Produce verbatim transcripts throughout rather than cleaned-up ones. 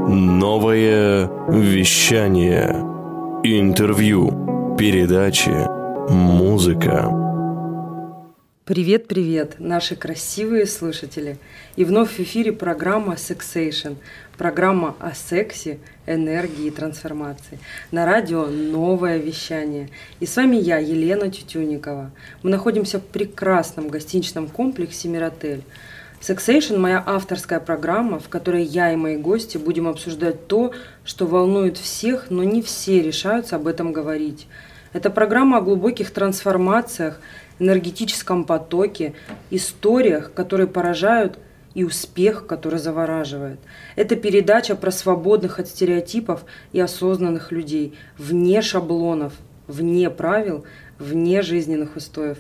Новое вещание. Интервью. Передачи. Музыка. Привет-привет, наши красивые слушатели! И вновь в эфире программа Sexation, программа о сексе, энергии и трансформации. На радио «Новое вещание». И с вами я, Елена Тютюникова. Мы находимся в прекрасном гостиничном комплексе «Миротель». Sexation – моя авторская программа, в которой я и мои гости будем обсуждать то, что волнует всех, но не все решаются об этом говорить. Это программа о глубоких трансформациях, энергетическом потоке, историях, которые поражают, и успех, который завораживает. Это передача про свободных от стереотипов и осознанных людей, вне шаблонов, вне правил, вне жизненных устоев,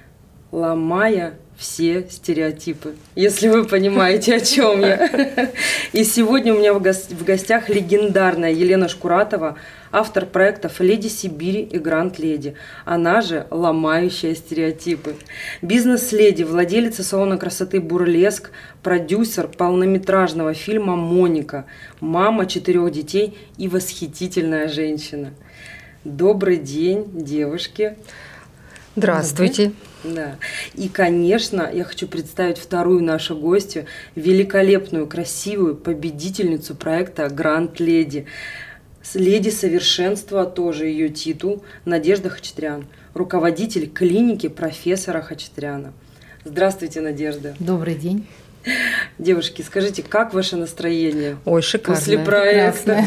ломая все стереотипы, если вы понимаете, о чем я. И сегодня у меня в гостях легендарная Елена Шкуратова, автор проектов «Леди Сибири» и «Гранд Леди», она же ломающая стереотипы. Бизнес-леди, владелица салона красоты «Бурлеск», продюсер полнометражного фильма «Моника», мама четырех детей и восхитительная женщина. Добрый день, девушки. Здравствуйте. Да. И, конечно, я хочу представить вторую нашу гостью, великолепную, красивую победительницу проекта «Гранд Леди». «Леди совершенства» тоже ее титул, Надежда Хачатрян, руководитель клиники профессора Хачатряна. Здравствуйте, Надежда. Добрый день. Девушки, скажите, как ваше настроение? Ой, шикарное. После проекта.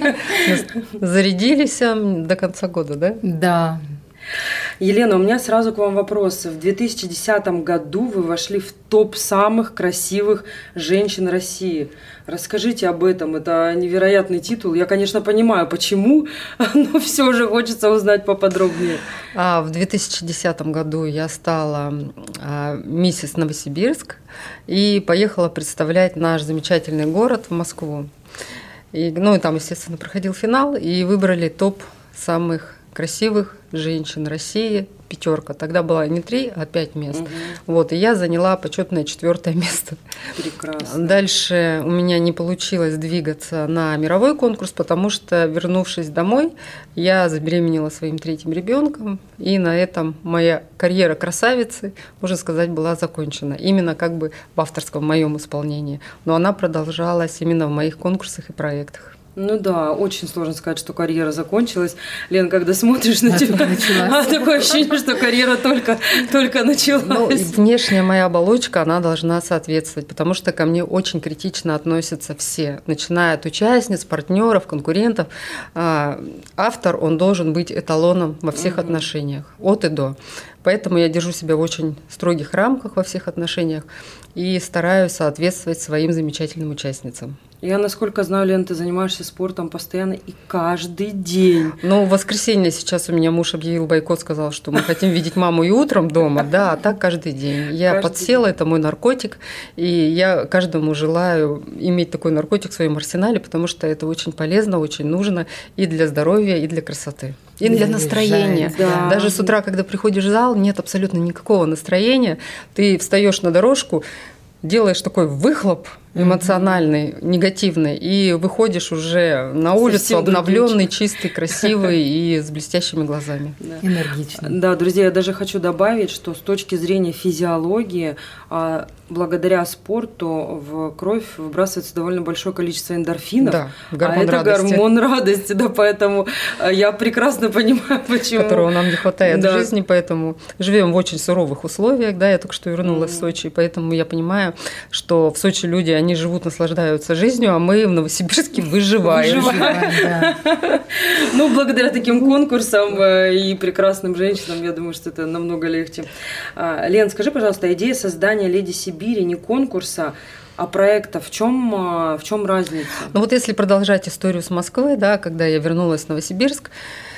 Зарядились до конца года, да? Да. Елена, у меня сразу к вам вопрос. В две тысячи десятом году вы вошли в топ самых красивых женщин России. Расскажите об этом. Это невероятный титул. Я, конечно, понимаю, почему, но все же хочется узнать поподробнее. А в две тысячи десятом году я стала а, миссис Новосибирск и поехала представлять наш замечательный город в Москву. И, ну и там, естественно, проходил финал, и выбрали топ самых красивых женщин России, пятерка. Тогда была не три, а пять мест. Угу. Вот, и я заняла почетное четвертое место. Прекрасно. Дальше у меня не получилось двигаться на мировой конкурс, потому что, вернувшись домой, я забеременела своим третьим ребенком, и на этом моя карьера красавицы, можно сказать, была закончена. Именно как бы в авторском моем исполнении. Но она продолжалась именно в моих конкурсах и проектах. Ну да, очень сложно сказать, что карьера закончилась. Лен, когда смотришь на тебя, а, такое ощущение, что карьера только, только началась. Ну, внешняя моя оболочка, она должна соответствовать, потому что ко мне очень критично относятся все, начиная от участниц, партнеров, конкурентов. Автор, он должен быть эталоном во всех угу. отношениях, от и до. Поэтому я держу себя в очень строгих рамках во всех отношениях и стараюсь соответствовать своим замечательным участницам. Я, насколько знаю, Лен, ты занимаешься спортом постоянно и каждый день. Ну, в воскресенье сейчас у меня муж объявил бойкот, сказал, что мы хотим видеть маму и утром дома, да, а так каждый день. Я каждый подсела, день. Это мой наркотик, и я каждому желаю иметь такой наркотик в своем арсенале, потому что это очень полезно, очень нужно и для здоровья, и для красоты. И для настроения. Да. Даже с утра, когда приходишь в зал, нет абсолютно никакого настроения. Ты встаешь на дорожку, делаешь такой выхлоп эмоциональный, mm-hmm. негативный, и выходишь уже на улицу обновленный, чистый, красивый и с блестящими глазами. Да. Энергичный. Да, друзья, я даже хочу добавить, что с точки зрения физиологии, благодаря спорту в кровь выбрасывается довольно большое количество эндорфинов, да, гормон а это радости. гормон радости, да, поэтому я прекрасно понимаю, почему. Которого нам не хватает да. в жизни, поэтому живем в очень суровых условиях, да, я только что вернулась mm-hmm. в Сочи, поэтому я понимаю, что в Сочи люди, они живут, наслаждаются жизнью, а мы в Новосибирске выживаем. выживаем да. Ну, благодаря таким конкурсам и прекрасным женщинам, я думаю, что это намного легче. Лен, скажи, пожалуйста, идея создания «Леди Сибири» не конкурса, а проекта, в чем, в чем разница? Ну вот если продолжать историю с Москвы, да, когда я вернулась в Новосибирск,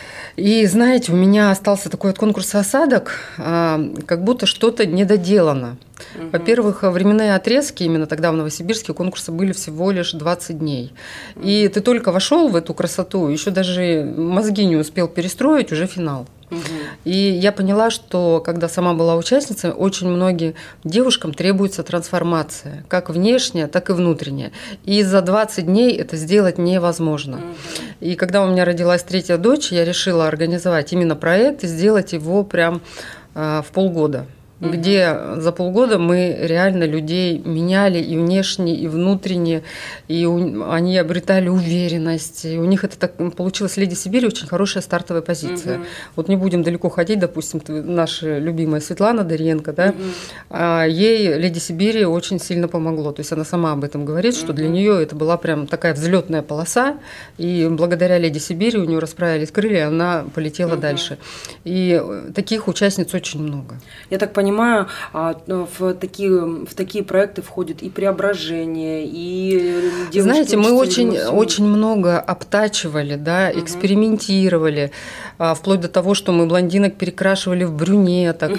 и знаете, у меня остался такой от конкурса осадок, как будто что-то недоделано. Угу. Во-первых, временные отрезки именно тогда в Новосибирске конкурсы были всего лишь двадцать дней. И ты только вошел в эту красоту, еще даже мозги не успел перестроить, уже финал. Угу. И я поняла, что когда сама была участницей, очень многим девушкам требуется трансформация, как внешняя, так и внутренняя. И за двадцать дней это сделать невозможно. И когда у меня родилась третья дочь, я решила организовать именно проект и сделать его прям в полгода. Uh-huh. Где за полгода мы реально людей меняли и внешне, и внутренне, и у, они обретали уверенность. И у них это так получилось. «Леди Сибири» очень хорошая стартовая позиция. Uh-huh. Вот не будем далеко ходить, допустим, наша любимая Светлана Доренко, да, uh-huh. а ей «Леди Сибири» очень сильно помогло. То есть она сама об этом говорит, что uh-huh. для нее это была прям такая взлетная полоса, и благодаря «Леди Сибири» у нее расправились крылья, и она полетела uh-huh. дальше. И таких участниц очень много. Я так понимаю, Понимаю, в такие, в такие проекты входит и преображение, и девушки. Знаете, мы очень, очень много обтачивали, да, угу. экспериментировали, вплоть до того, что мы блондинок перекрашивали в брюнеток.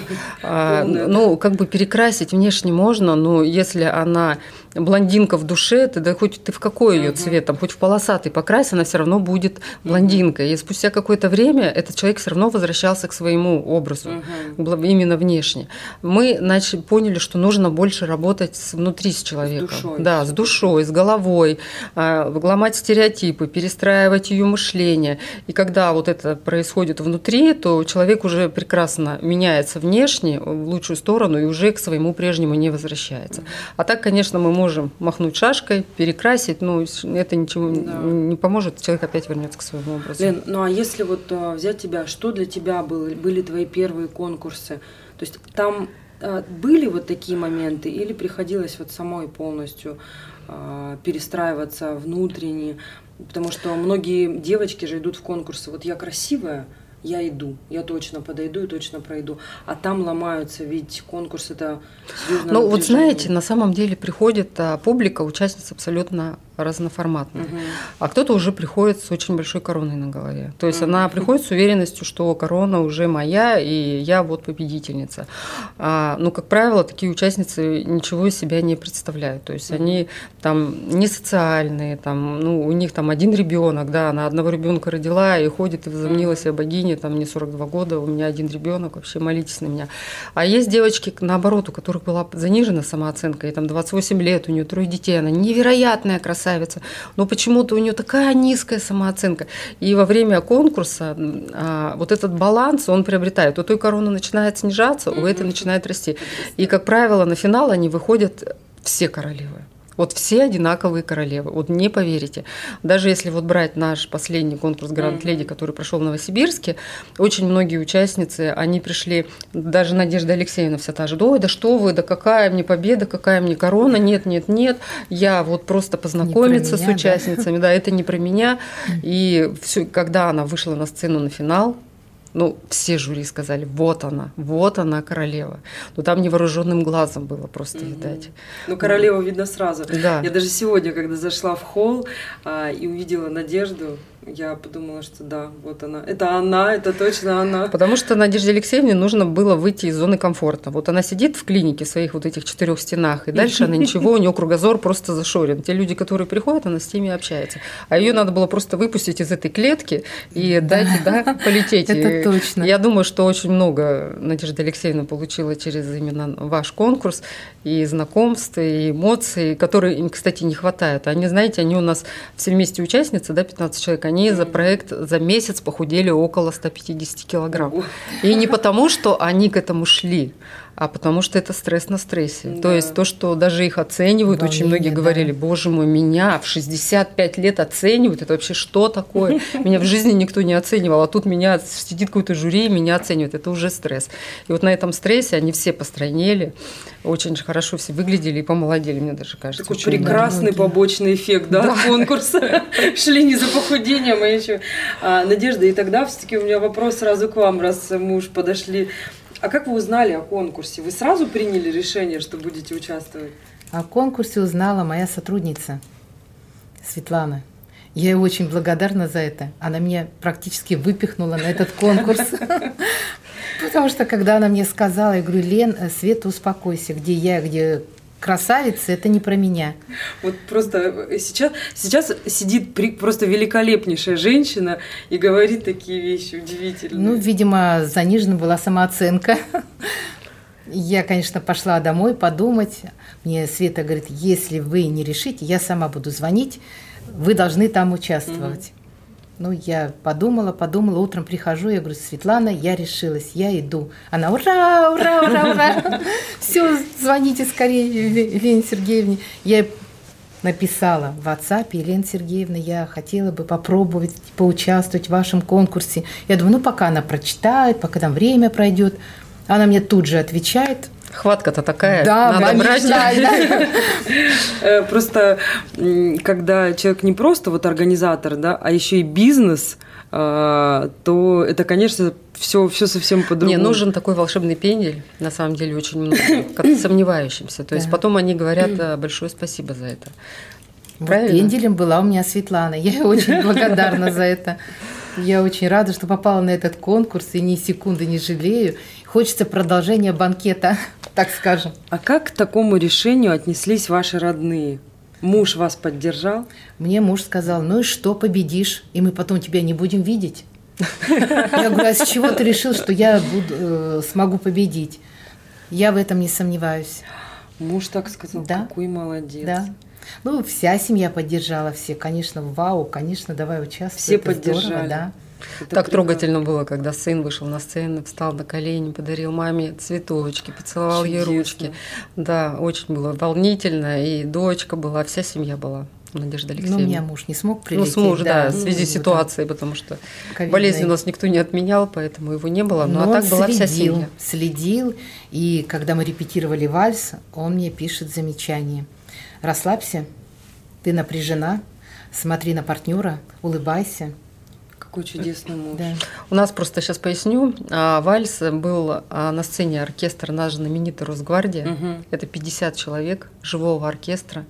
Ну, как бы перекрасить внешне можно, но если она блондинка в душе, ты, да хоть ты в какой ее цвет, там, хоть в полосатый покрась, она все равно будет блондинкой. И спустя какое-то время этот человек все равно возвращался к своему образу, именно внешне. Мы начали, поняли, что нужно больше работать с, внутри с человеком. С душой. Да, с душой, с головой, ломать стереотипы, перестраивать ее мышление. И когда вот это происходит внутри, то человек уже прекрасно меняется внешне в лучшую сторону и уже к своему прежнему не возвращается. А так, конечно, мы можем махнуть шашкой, перекрасить, но это ничего да. не поможет, человек опять вернется к своему образу. Лен, ну а если вот взять тебя, что для тебя было, были твои первые конкурсы? То есть там а, были вот такие моменты или приходилось вот самой полностью а, перестраиваться внутренне? Потому что многие девочки же идут в конкурсы, вот я красивая, я иду, я точно подойду и точно пройду. А там ломаются, ведь конкурс – это серьезное Ну, вот знаете, на самом деле приходит а, публика, участниц абсолютно разноформатная. Угу. А кто-то уже приходит с очень большой короной на голове. То есть угу. она приходит с уверенностью, что корона уже моя, и я вот победительница. А, ну, как правило, такие участницы ничего из себя не представляют. То есть угу. они там не социальные, там, ну, у них там один ребенок, да, она одного ребенка родила и ходит и возомнила себя богиней, там мне сорок два года, у меня один ребенок, вообще молитесь на меня. А есть девочки, наоборот, у которых была занижена самооценка, и там двадцать восемь лет, у нее трое детей, она невероятная красавица, но почему-то у нее такая низкая самооценка. И во время конкурса а, вот этот баланс, он приобретает. У той короны начинает снижаться, у этой начинает расти. И, как правило, на финал они выходят все королевы. Вот все одинаковые королевы, вот не поверите. Даже если вот брать наш последний конкурс Гранд Леди, который прошел в Новосибирске, очень многие участницы, они пришли, даже Надежда Алексеевна вся та же, ой, да что вы, да какая мне победа, какая мне корона, нет, нет, нет, я вот просто познакомиться меня, с участницами, да? да, это не про меня. И все, когда она вышла на сцену на финал, ну, все жюри сказали, вот она, вот она королева. Но там невооруженным глазом было просто видать. Mm-hmm. Ну, королеву видно сразу. Да. Я даже сегодня, когда зашла в холл а, и увидела Надежду, я подумала, что да, вот она. Это она, это точно она. Потому что Надежде Алексеевне нужно было выйти из зоны комфорта. Вот она сидит в клинике в своих вот этих четырех стенах, и дальше она ничего, у нее кругозор просто зашорен. Те люди, которые приходят, она с теми общается. А ее надо было просто выпустить из этой клетки и дать, да, полететь. Это точно. Я думаю, что очень много Надежда Алексеевна получила через именно ваш конкурс, и знакомств, и эмоций, которые, кстати, не хватает. Они, знаете, они у нас все вместе участницы, да, пятнадцать человек, они за проект за месяц похудели около ста пятидесяти килограмм. И не потому, что они к этому шли, а потому что это стресс на стрессе. Да. То есть то, что даже их оценивают, волнение, очень многие говорили, да. Боже мой, меня в шестьдесят пять лет оценивают, это вообще что такое? Меня в жизни никто не оценивал, а тут меня сидит какой-то жюри и меня оценивает, это уже стресс. И вот на этом стрессе они все постройнели, очень хорошо все выглядели и помолодели, мне даже кажется. Такой прекрасный побочный эффект, да, от конкурса. Шли не за похудением, а еще. Надежда, и тогда все-таки у меня вопрос сразу к вам, раз мы уж подошли. А как вы узнали о конкурсе? Вы сразу приняли решение, что будете участвовать? О конкурсе узнала моя сотрудница Светлана. Я ей очень благодарна за это. Она меня практически выпихнула на этот конкурс. Потому что, когда она мне сказала, я говорю, Лен, Света, успокойся, где я, где красавицы, это не про меня. Вот просто сейчас, сейчас сидит при, просто великолепнейшая женщина и говорит такие вещи удивительные. Ну, видимо, занижена была самооценка. Я, конечно, пошла домой подумать. Мне Света говорит, если вы не решите, я сама буду звонить, вы должны там участвовать. Mm-hmm. Ну, я подумала, подумала, утром прихожу, я говорю, Светлана, я решилась, я иду. Она, ура, ура, ура, ура, все, звоните скорее Елене Сергеевне. Я написала в WhatsApp, Елена Сергеевна, я хотела бы попробовать поучаствовать в вашем конкурсе. Я думаю, ну, пока она прочитает, пока там время пройдет. Она мне тут же отвечает. Хватка-то такая, да, надо брать. Да. Просто когда человек не просто вот организатор, да, а еще и бизнес, то это, конечно, все, все совсем по-другому. Не, нужен такой волшебный пендель, на самом деле, очень много, сомневающимся. То есть да. Потом они говорят большое спасибо за это. Вот пенделем была у меня Светлана. Я очень благодарна за это. Я очень рада, что попала на этот конкурс и ни секунды не жалею. Хочется продолжения банкета, так скажем. А как к такому решению отнеслись ваши родные? Муж вас поддержал? Мне муж сказал, ну и что, победишь, и мы потом тебя не будем видеть. Я говорю, а с чего ты решил, что я буду, э, смогу победить? Я в этом не сомневаюсь. Муж так сказал, да? Какой молодец. Да. Ну, вся семья поддержала, все, конечно, вау, конечно, давай участвуй. Все поддержали. Здорово, да. Это так прекрасно. Трогательно было, когда сын вышел на сцену, встал на колени, подарил маме цветочки, поцеловал Чудесно. Ей ручки. Да, очень было волнительно, и дочка была, вся семья была. Надежда Алексеевна. Ну, у меня муж не смог прилететь. Ну, с мужем, да, да, в связи с ситуацией, да. Потому что ковидной. Болезнь у нас никто не отменял, поэтому его не было. Ну, но а так была следил, вся семья. Следил, и когда мы репетировали вальс, он мне пишет замечание. Расслабься, ты напряжена, смотри на партнера, улыбайся. Какой чудесный муж. Да. У нас просто сейчас поясню. Вальс был на сцене оркестр, наш знаменитый Росгвардия. Угу. Это пятьдесят человек живого оркестра.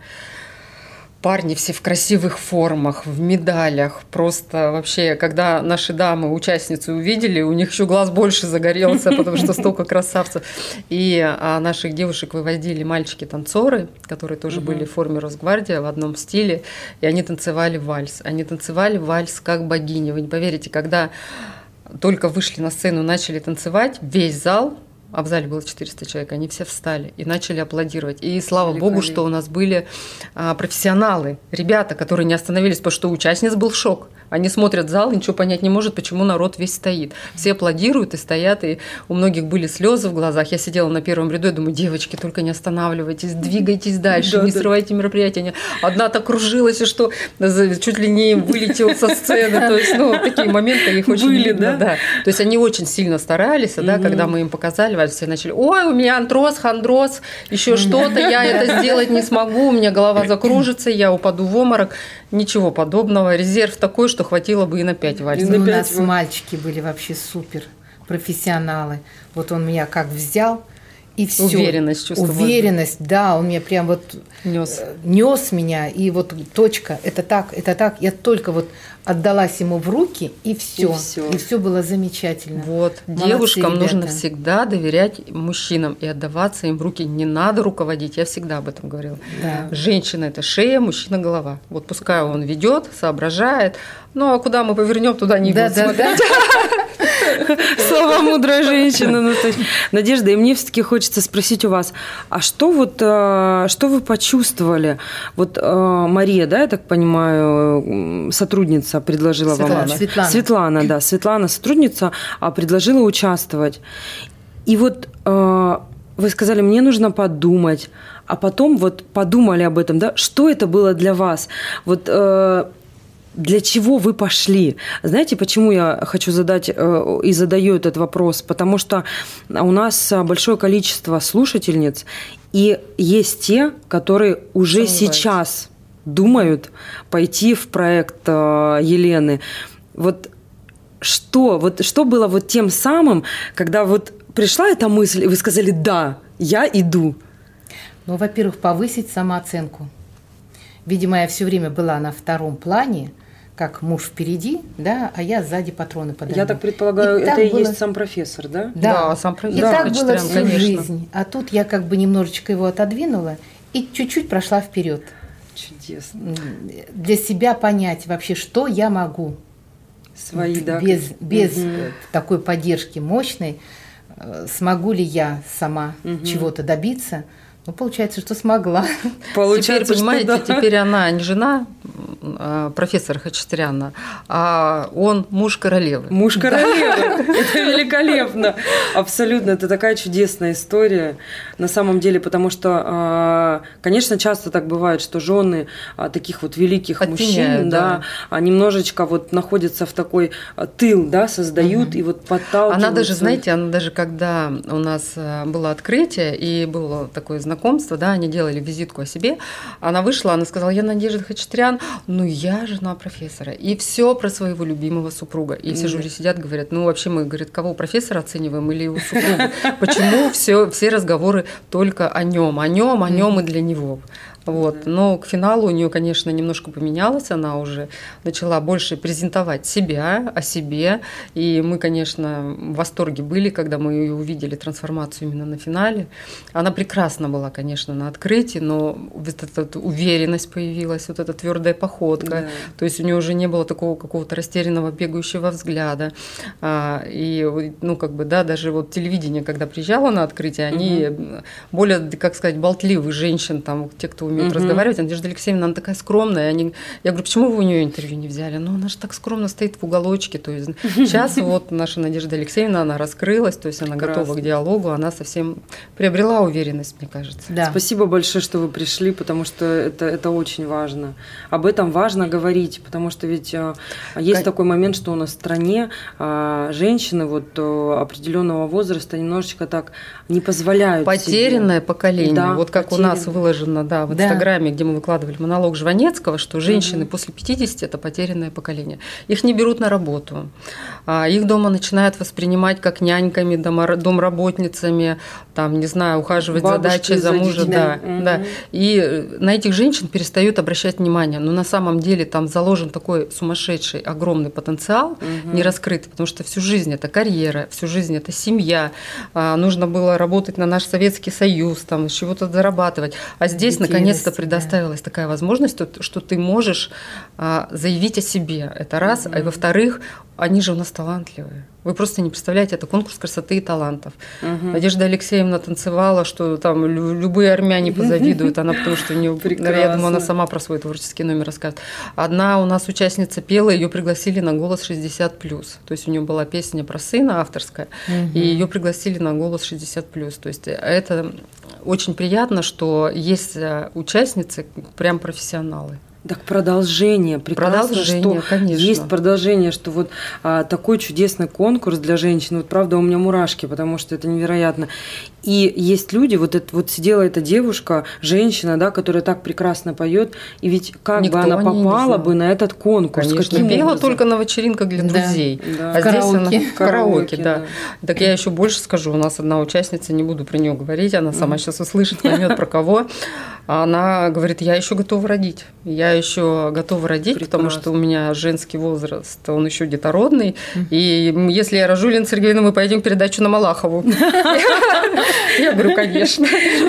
Парни все в красивых формах, в медалях. Просто вообще, когда наши дамы, участницы увидели, у них еще глаз больше загорелся, потому что столько красавцев. И а, наших девушек выводили мальчики-танцоры, которые тоже угу. были в форме Росгвардия в одном стиле, и они танцевали вальс. Они танцевали вальс как богини. Вы не поверите, когда только вышли на сцену, начали танцевать, весь зал, а в зале было четыреста человек, они все встали и начали аплодировать. И слава Богу, что у нас были а, профессионалы, ребята, которые не остановились, потому что у участниц был шок. Они смотрят зал, ничего понять не может, почему народ весь стоит. Все аплодируют и стоят, и у многих были слезы в глазах. Я сидела на первом ряду и думаю, девочки, только не останавливайтесь, двигайтесь дальше, да, не да. срывайте мероприятия. Одна так кружилась, что чуть ли не вылетела со сцены. То есть, ну, такие моменты их очень были, видно, да? Да. То есть они очень сильно старались, да, угу. когда мы им показали, все начали, ой, у меня антроз, хондроз, еще что-то, я это сделать не смогу, у меня голова закружится, я упаду в обморок. Ничего подобного. Резерв такой, что хватило бы и на пять вальсов. Ну, у нас мальчики были вообще супер, профессионалы. Вот он меня как взял, и все. Уверенность чувствовала. Уверенность, да, он меня прям вот нес. нес меня, и вот точка, это так, это так. Я только вот отдалась ему в руки, и все. И все, и все было замечательно. Вот. Молодцы, девушкам ребята. Нужно всегда доверять мужчинам и отдаваться им в руки. Не надо руководить, я всегда об этом говорила. Да. Женщина – это шея, мужчина – голова. Вот пускай он ведет, соображает, ну а куда мы повернем, туда не да, будет да, смотреть. Слова мудрая женщина. Надежда, и мне все-таки хочется спросить у вас, а что вот, что вы почувствовали? Вот Мария, да, я так понимаю, сотрудница предложила Светлана. вам. Светлана. Светлана, да, Светлана, сотрудница, предложила участвовать. И вот вы сказали, мне нужно подумать, а потом вот подумали об этом, да, что это было для вас? Вот для чего вы пошли? Знаете, почему я хочу задать э, и задаю этот вопрос? Потому что у нас большое количество слушательниц, и есть те, которые уже сейчас думают пойти в проект э, Елены. Вот что, вот что было вот тем самым, когда вот пришла эта мысль, и вы сказали «да, я иду»? Ну, во-первых, повысить самооценку. Видимо, я все время была на втором плане, как муж впереди, да, а я сзади, патроны подаю. Я так предполагаю, и это и было... есть сам профессор, да? Да, да сам профессор. И Да, так было всю конечно. жизнь. А тут я как бы немножечко его отодвинула и чуть-чуть прошла вперед. Чудесно. Для себя понять вообще, что я могу. Свои, да. Без, без угу. такой поддержки мощной, смогу ли я сама угу. чего-то добиться? Ну, получается, что смогла. Получается, теперь, понимаете, да. теперь она не жена профессора Хачатуряна, а он муж королевы. Муж королевы. Да. Это великолепно. Абсолютно. Это такая чудесная история. На самом деле, потому что, конечно, часто так бывает, что жены таких вот великих Оттеняют, мужчин, да, да, немножечко вот находятся в такой тыл, да, создают угу. и вот подталкивают. Она даже, знаете, она даже когда у нас было открытие и было такое знакомство, да, они делали визитку о себе, она вышла, она сказала: я Надежда Хачатурян, ну я жена профессора, и все про своего любимого супруга. И все жюри сидят, говорят: ну вообще мы, говорит, кого, профессора оцениваем или его супругу? Почему все, все разговоры только о нем, о нем, о нем и для него? Вот. Но к финалу у нее, конечно, немножко поменялось, она уже начала больше презентовать себя, о себе, и мы, конечно, в восторге были, когда мы ее увидели, трансформацию именно на финале. Она прекрасна была, конечно, на открытии, но вот эта уверенность появилась, вот эта твердая походка, да. То есть у нее уже не было такого какого-то растерянного бегающего взгляда, и, ну, как бы, да, даже вот телевидение, когда приезжало на открытие, они угу. более, как сказать, болтливых женщин, там, те, кто умеют uh-huh. разговаривать. Надежда Алексеевна, она такая скромная. Они, я говорю: почему вы у нее интервью не взяли? Ну, она же так скромно стоит в уголочке. То есть сейчас вот наша Надежда Алексеевна, она раскрылась, то есть она Прекрасно. Готова к диалогу, она совсем приобрела уверенность, мне кажется. Да. Спасибо большое, что вы пришли, потому что это, это очень важно. Об этом важно говорить, потому что ведь а, есть как... такой момент, что у нас в стране а, женщины вот а, определенного возраста немножечко так не позволяют Потерянное себе. поколение. Да, вот как потерян... у нас выложено, да, в да. Инстаграме, где мы выкладывали монолог Жванецкого, что женщины угу. после пятидесяти – это потерянное поколение. Их не берут на работу, их дома начинают воспринимать как няньками, домработницами, там, не знаю, ухаживать Бабушки за дачей, за мужем. Да, угу. да. И на этих женщин перестают обращать внимание. Но на самом деле там заложен такой сумасшедший, огромный потенциал, угу. не раскрытый, потому что всю жизнь это карьера, всю жизнь это семья. Нужно было работать на наш Советский Союз, там, с чего-то зарабатывать. А здесь Детей наконец-то предоставилась да. такая возможность, что ты можешь заявить о себе. Это раз. Mm-hmm. А во-вторых, они же у нас талантливые. Вы просто не представляете, это конкурс красоты и талантов. Uh-huh. Надежда Алексеевна танцевала, что там любые армяне позавидуют, она потому что у нее, я думаю, она сама про свой творческий номер расскажет. Одна у нас участница пела, ее пригласили на «Голос шестьдесят плюс». То есть у нее была песня про сына авторская, uh-huh. и ее пригласили на «Голос шестьдесят плюс». То есть это очень приятно, что есть участницы прям профессионалы. Так продолжение, прекрасно, продолжение, что конечно. Есть продолжение, что вот а, такой чудесный конкурс для женщин. Вот правда у меня мурашки, потому что это невероятно. И есть люди, вот это вот сидела эта девушка, женщина, да, которая так прекрасно поет, и ведь как Никто бы она попала бы на этот конкурс? Конечно, каким пела образом? Только на вечеринках для друзей, да. а караоке. Здесь она в караоке, караоке да. да. Так я еще больше скажу, у нас одна участница, не буду про нее говорить, она сама mm. сейчас услышит, поймет про кого. Она говорит: я еще готова родить, я еще готова родить, Прекрасно. Потому что у меня женский возраст, он еще детородный, mm. и если я рожу, Лена Сергеевна, мы поедем передачу на Малахову. Я говорю: конечно.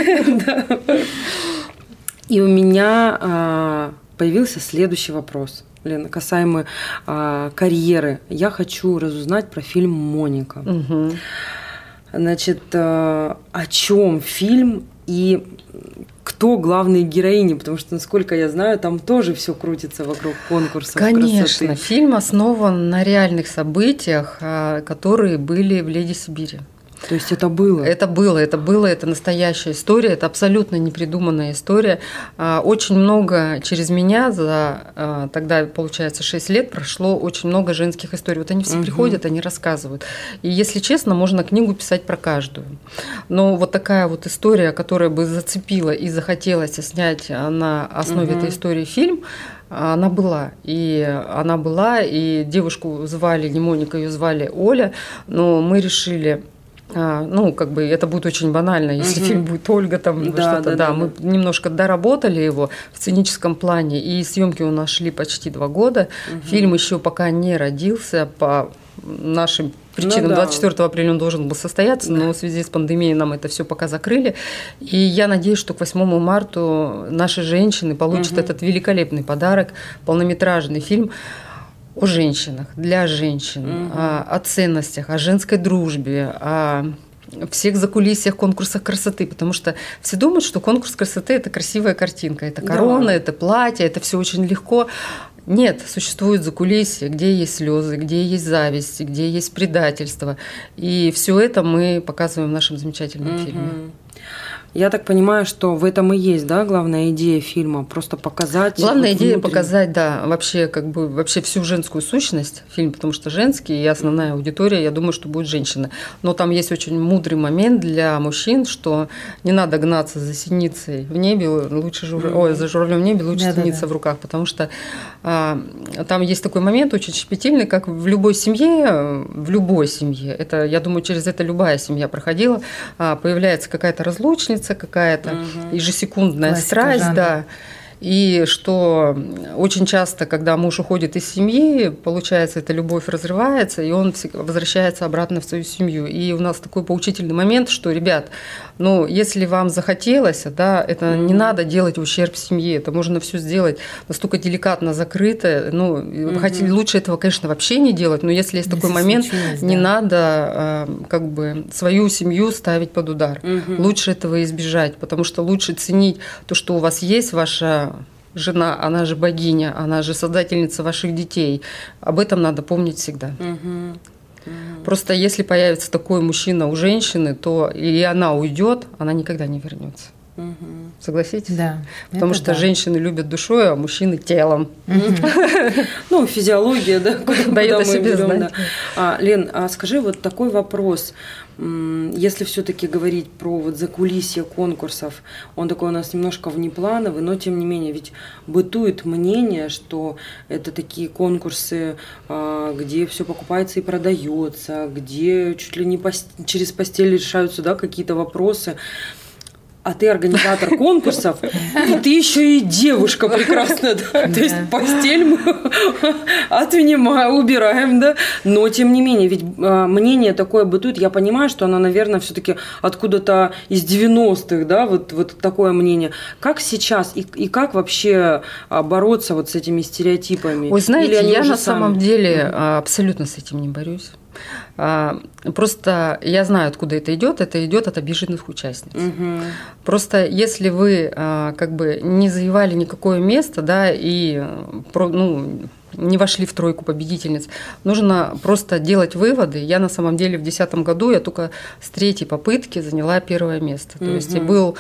И у меня появился следующий вопрос, Лена, касаемо карьеры. Я хочу разузнать про фильм «Моника». Значит, о чем фильм и кто главные героини? Потому что, насколько я знаю, там тоже все крутится вокруг конкурсов Конечно, красоты. Фильм основан на реальных событиях, которые были в «Леди Сибири». То есть это было? Это было, это было, это настоящая история, это абсолютно непридуманная история. Очень много через меня за, тогда, получается, шесть лет прошло очень много женских историй. Вот они все угу. приходят, они рассказывают. И, если честно, можно книгу писать про каждую. Но вот такая вот история, которая бы зацепила и захотелось снять на основе угу. этой истории фильм, она была, и она была, и девушку звали, не Моника, ее звали Оля, но мы решили... А, ну, как бы это будет очень банально, если угу. фильм будет Ольга, там да, что-то. Да, да, да, мы да. немножко доработали его в сценическом плане, и съемки у нас шли почти два года. Угу. Фильм еще пока не родился по нашим причинам. Ну, да. двадцать четвёртого апреля он должен был состояться, но в связи с пандемией нам это все пока закрыли. И я надеюсь, что к восьмому марта наши женщины получат угу. этот великолепный подарок, полнометражный фильм о женщинах, для женщин, угу. о, о ценностях, о женской дружбе, о всех закулисьях, конкурсах красоты, потому что все думают, что конкурс красоты – это красивая картинка, это корона, да. это платье, это все очень легко. Нет, существуют закулисья, где есть слезы, где есть зависть, где есть предательство. И все это мы показываем в нашем замечательном угу. фильме. Я так понимаю, что в этом и есть, да, главная идея фильма, просто показать. Главная вот идея внутренне. Показать, да, вообще как бы вообще всю женскую сущность фильм, потому что женский и основная аудитория, я думаю, что будет женщина. Но там есть очень мудрый момент для мужчин, что не надо гнаться за синицей в небе, лучше жур... mm-hmm. ой, за журавлем в небе лучше да, синица да, да. в руках, потому что а, там есть такой момент очень щепетильный, как в любой семье, в любой семье. Это, я думаю, через это любая семья проходила, а, появляется какая-то разлучница, какая-то угу. ежесекундная Классика страсть, жанра. Да. И что очень часто, когда муж уходит из семьи, получается, эта любовь разрывается, и он возвращается обратно в свою семью. И у нас такой поучительный момент, что, ребят, ну, если вам захотелось, да, это mm-hmm. не надо делать в ущерб семье, это можно все сделать настолько деликатно закрыто. Ну, mm-hmm. вы хотели лучше этого, конечно, вообще не делать, но если есть если такой момент, не да. надо как бы свою семью ставить под удар. Mm-hmm. Лучше этого избежать, потому что лучше ценить то, что у вас есть, ваша жена, она же богиня, она же создательница ваших детей. Об этом надо помнить всегда. Угу. Угу. Просто если появится такой мужчина у женщины, то и она уйдет, она никогда не вернется. Угу. Согласитесь? Да. Потому что да. женщины любят душой, а мужчины телом. Ну, физиология, да, дает о себе знать. Лен, а скажи вот такой вопрос. Если все-таки говорить про вот закулисье конкурсов, он такой у нас немножко внеплановый, но тем не менее, ведь бытует мнение, что это такие конкурсы, где все покупается и продается, где чуть ли не пост- через постель решаются, да, какие-то вопросы. А ты организатор конкурсов, и ты еще и девушка прекрасная, да? То есть постель мы отнимаем, убираем, да? Но тем не менее, ведь мнение такое бытует, я понимаю, что оно, наверное, все-таки откуда-то из девяностых, да, вот, вот такое мнение. Как сейчас и, и как вообще бороться вот с этими стереотипами? Ой, знаете, я на сами... самом деле абсолютно с этим не борюсь. Просто я знаю, откуда это идет. Это идет от обиженных участниц. Угу. Просто если вы как бы не завоевали никакое место, да, и ну, не вошли в тройку победительниц, нужно просто делать выводы. Я на самом деле в две тысячи десятом году я только с третьей попытки заняла первое место. То угу. есть и был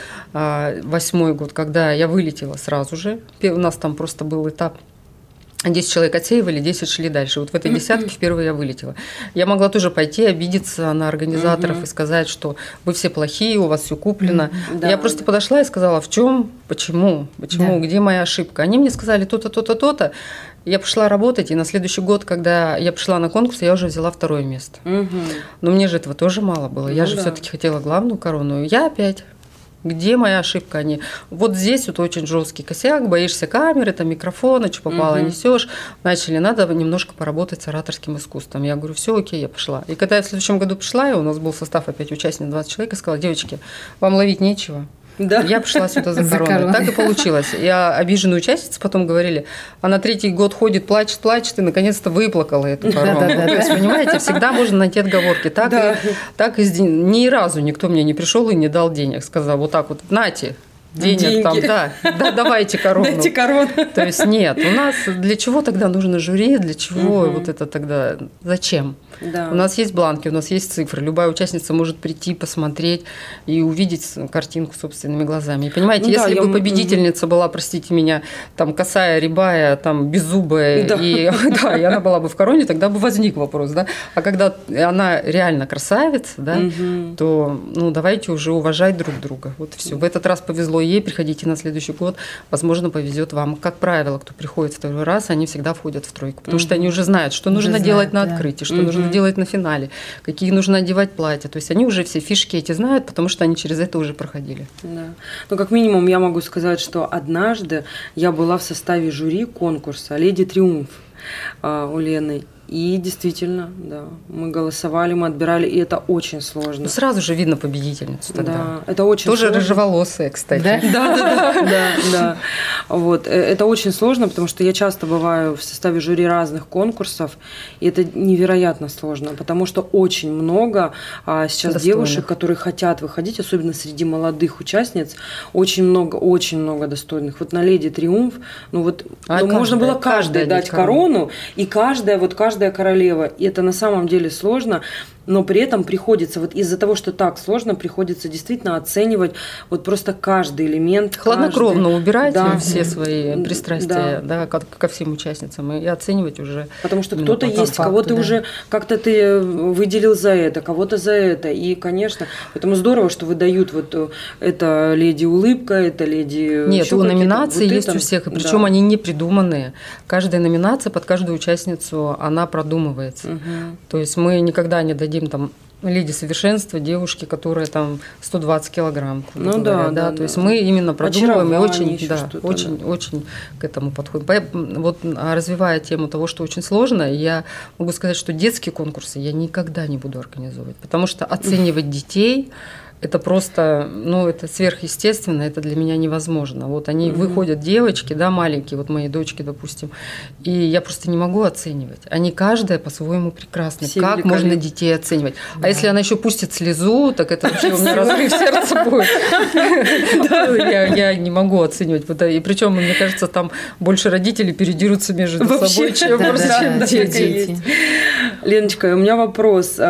восьмой год, когда я вылетела сразу же. У нас там просто был этап. десять человек отсеивали, десять шли дальше. Вот в этой десятке впервые я вылетела. Я могла тоже пойти, обидеться на организаторов uh-huh. и сказать, что вы все плохие, у вас все куплено. Uh-huh. Я да. просто подошла и сказала, в чем, почему, почему, да. где моя ошибка. Они мне сказали то-то, то-то, то-то. Я пошла работать, и на следующий год, когда я пришла на конкурс, я уже взяла второе место. Uh-huh. Но мне же этого тоже мало было. Я uh-huh. же все-таки хотела главную корону. И я опять... Где моя ошибка? Они вот здесь вот очень жесткий косяк, боишься камеры, там микрофона, что попало, угу. несешь. Начали, надо немножко поработать с ораторским искусством. Я говорю, все окей, я пошла. И когда я в следующем году пришла, и у нас был состав опять участников двадцать человек, я сказала, девочки, вам ловить нечего. Да. Я пришла сюда за короной. Так и получилось. Я обиженную участницу потом говорили, она третий год ходит, плачет, плачет, и наконец-то выплакала эту корону. Да, да, да, То есть, да. понимаете, всегда можно найти отговорки. Так, да. и, так и ни разу никто мне не пришел и не дал денег. Сказал, вот так вот, нате. Денег Деньги. Там, да, да, давайте корону. Дайте корону. То есть нет, у нас для чего тогда нужно жюри, для чего угу. вот это тогда, зачем? Да. У нас есть бланки, у нас есть цифры, любая участница может прийти, посмотреть и увидеть картинку собственными глазами. И понимаете, ну, если да, бы я... победительница была, простите меня, там косая, рябая, там беззубая, да. И, да, и она была бы в короне, тогда бы возник вопрос, да. А когда она реально красавица, да, угу. то ну давайте уже уважать друг друга. Вот все. В этот раз повезло ей, приходите на следующий год, возможно, повезет вам. Как правило, кто приходит второй раз, они всегда входят в тройку, потому угу. что они уже знают, что нужно уже делать знают, на открытии, да. что угу. нужно делать на финале, какие нужно одевать платья. То есть они уже все фишки эти знают, потому что они через это уже проходили. Да. Ну, как минимум, я могу сказать, что однажды я была в составе жюри конкурса «Леди Триумф». у Лены. И действительно, да, мы голосовали, мы отбирали, и это очень сложно. Ну, сразу же видно победительницу тогда. Да, это очень Тоже сложно. рыжеволосая, кстати. Да, да, да, да, да. Вот, это очень сложно, потому что я часто бываю в составе жюри разных конкурсов, и это невероятно сложно, потому что очень много а, сейчас Достойных. девушек, которые хотят выходить, особенно среди молодых участниц, очень много, очень много достойных. Вот на «Леди Триумф», ну вот а ну, каждая, можно было каждой каждая дать корону, корону, и каждая, вот каждая королева. И это на самом деле сложно, но при этом приходится, вот из-за того, что так сложно, приходится действительно оценивать вот просто каждый элемент. Хладнокровно каждый, убирать да, все свои пристрастия, да. Да, ко, ко всем участницам и оценивать уже. Потому что кто-то есть, факту, кого ты да. уже как-то ты выделил за это, кого-то за это. И, конечно, поэтому здорово, что выдают вот это «Леди Улыбка», это «Леди...» Нет, у номинаций вот есть это, у всех, и причем да. они не придуманные. Каждая номинация под каждую участницу, она продумывается. Угу. То есть мы никогда не дадим там «Леди совершенства», девушки, которые там сто двадцать килограмм. Ну говоря, да, да, да, то да. есть мы именно продумываем и очень, еще да, что-то, очень, да. очень к этому подходим. Вот развивая тему того, что очень сложно, я могу сказать, что детские конкурсы я никогда не буду организовывать, потому что оценивать детей это просто, ну, это сверхъестественно, это для меня невозможно. Вот они mm-hmm. выходят, девочки, да, маленькие, вот мои дочки, допустим, и я просто не могу оценивать. Они каждая по-своему прекрасны. Все как можно детей оценивать? Да. А если она еще пустит слезу, так это вообще у меня разрыв сердца будет. Я не могу оценивать. И причем, мне кажется, там больше родители передерутся между собой, чем дети. Леночка, у меня вопрос.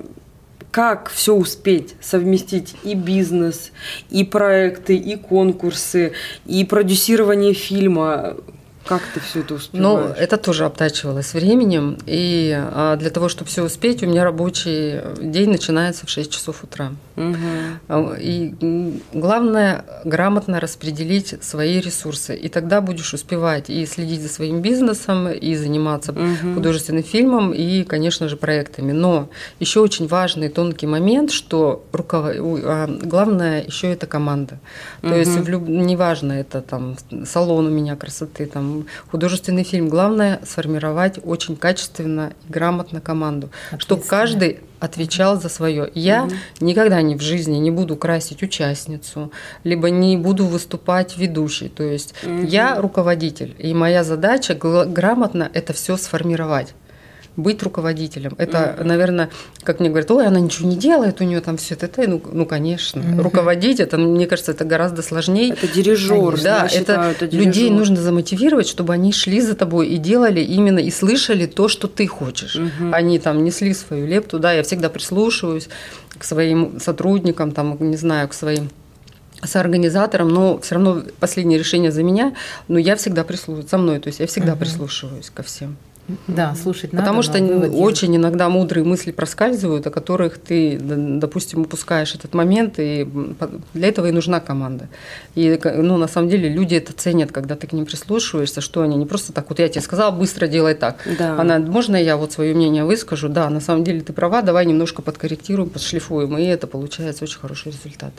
Как все успеть совместить и бизнес, и проекты, и конкурсы, и продюсирование фильма? Как ты все это успеваешь? Ну, это тоже обтачивалось временем. И а, для того, чтобы все успеть, у меня рабочий день начинается в шесть часов утра. Угу. И главное грамотно распределить свои ресурсы. И тогда будешь успевать и следить за своим бизнесом, и заниматься угу. художественным фильмом, и, конечно же, проектами. Но еще очень важный тонкий момент, что руков... главное еще это команда. То угу. есть люб... неважно, это там салон у меня красоты, там художественный фильм. Главное сформировать очень качественно и грамотно команду, чтобы каждый отвечал за свое. Я угу. никогда не в жизни не буду красить участницу, либо не буду выступать ведущей. То есть угу. я руководитель, и моя задача грамотно это все сформировать. Быть руководителем. Это, mm-hmm. наверное, как мне говорят, ой, она ничего не делает, у нее там все это. Ну, ну конечно. Mm-hmm. Руководить, это, мне кажется, это гораздо сложнее. Это дирижер. Да, это, считаю, это дирижер. Людей нужно замотивировать, чтобы они шли за тобой и делали именно, и слышали то, что ты хочешь. Mm-hmm. Они там несли свою лепту. Да, я всегда прислушиваюсь к своим сотрудникам, там, не знаю, к своим соорганизатором, но все равно последнее решение за меня, но я всегда прислушиваюсь, со мной, то есть я всегда mm-hmm. прислушиваюсь ко всем. Да, слушать надо. Потому что очень иногда мудрые мысли проскальзывают, о которых ты, допустим, упускаешь этот момент, и для этого и нужна команда. И, ну, на самом деле люди это ценят, когда ты к ним прислушиваешься, что они не просто так, вот я тебе сказала, быстро делай так. Да. Она, можно я вот свое мнение выскажу? Да, на самом деле ты права, давай немножко подкорректируем, подшлифуем, и это получается очень хороший результат.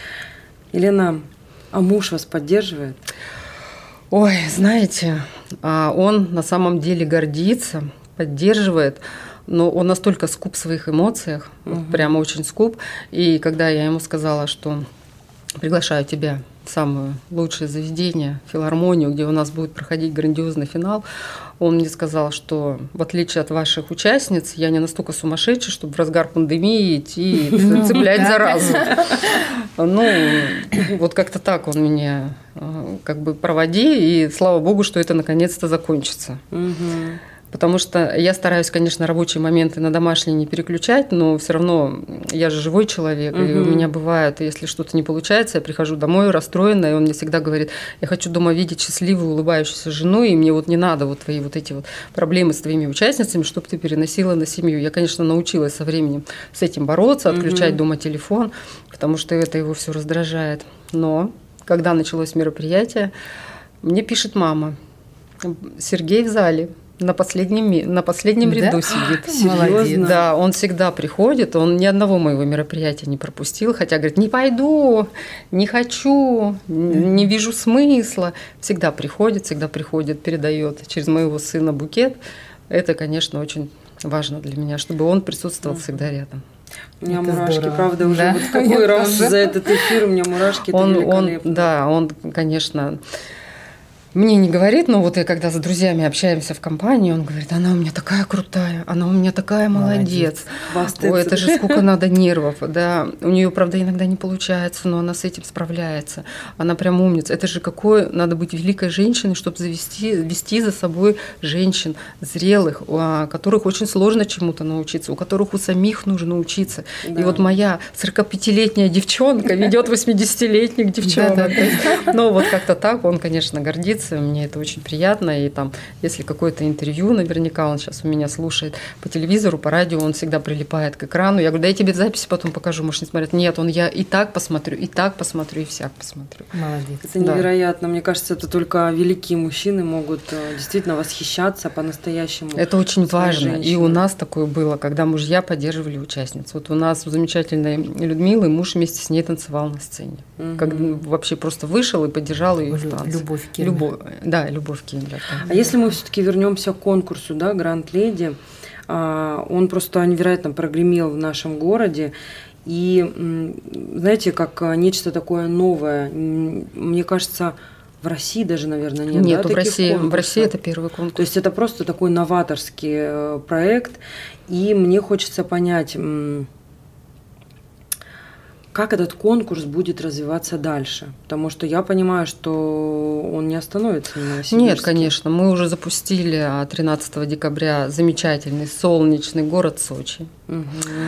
Елена, а муж вас поддерживает? Ой, знаете, он на самом деле гордится, поддерживает, но он настолько скуп в своих эмоциях, угу. вот прямо очень скуп. И когда я ему сказала, что приглашаю тебя в самое лучшее заведение, филармонию, где у нас будет проходить грандиозный финал, он мне сказал, что в отличие от ваших участниц, я не настолько сумасшедший, чтобы в разгар пандемии идти и цеплять заразу. Ну, вот как-то так он меня как бы проводи, и слава богу, что это наконец-то закончится. Потому что я стараюсь, конечно, рабочие моменты на домашние не переключать, но все равно я же живой человек, угу. и у меня бывает, если что-то не получается, я прихожу домой расстроенная, и он мне всегда говорит, я хочу дома видеть счастливую, улыбающуюся жену, и мне вот не надо вот твои вот эти вот проблемы с твоими участницами, чтобы ты переносила на семью. Я, конечно, научилась со временем с этим бороться, отключать угу. дома телефон, потому что это его все раздражает. Но когда началось мероприятие, мне пишет мама, Сергей в зале. На последнем, на последнем Да? ряду сидит. Молодец. Да, он всегда приходит, он ни одного моего мероприятия не пропустил, хотя говорит, не пойду, не хочу, не вижу смысла. Всегда приходит, всегда приходит, передает через моего сына букет. Это, конечно, очень важно для меня, чтобы он присутствовал всегда рядом. У меня Это мурашки, здорово. правда, уже Да. вот второй Я раз тоже. за этот эфир у меня мурашки, это Он, он, великолепно. да, он, конечно, мне не говорит, но вот я когда с друзьями общаемся в компании, он говорит, она у меня такая крутая, она у меня такая молодец. Хвастается. Ой, это же сколько надо нервов, да. У нее, правда, иногда не получается, но она с этим справляется. Она прям умница. Это же какое надо быть великой женщиной, чтобы завести, вести за собой женщин зрелых, у которых очень сложно чему-то научиться, у которых у самих нужно учиться. Да. И вот моя сорокапятилетняя девчонка ведет восьмидесятилетних девчонок. Да-да-да. Но вот как-то так он, конечно, гордится. Мне это очень приятно. И там, если какое-то интервью, наверняка он сейчас у меня слушает по телевизору, по радио, он всегда прилипает к экрану. Я говорю, да я тебе записи потом покажу, может, не смотреть. Нет, он я и так посмотрю, и так посмотрю, и всяк посмотрю. Молодец. Это невероятно. Мне кажется, это только великие мужчины могут э, действительно восхищаться по-настоящему. Это очень своей важно. женщиной. И у нас такое было, когда мужья поддерживали участниц. Вот у нас у замечательной Людмилы муж вместе с ней танцевал на сцене. Мгм. Как вообще просто вышел и поддержал ее в Лю- танце. Любовь Кельмер. Любовь, да, Любовь Кельмер. да. А если мы все-таки вернемся к конкурсу, да, Гранд Леди, а, он просто невероятно прогремел в нашем городе. И м, знаете, как а, нечто такое новое, м, мне кажется, в России даже, наверное, нет. Нет, да, в таких России, в конкурсов? России это первый конкурс. То есть это просто такой новаторский э, проект. И мне хочется понять, м, как этот конкурс будет развиваться дальше. Потому что я понимаю, что он не остановится на Новосибирске. Нет, конечно. Мы уже запустили а, тринадцатого декабря замечательный солнечный город Сочи. Мгм.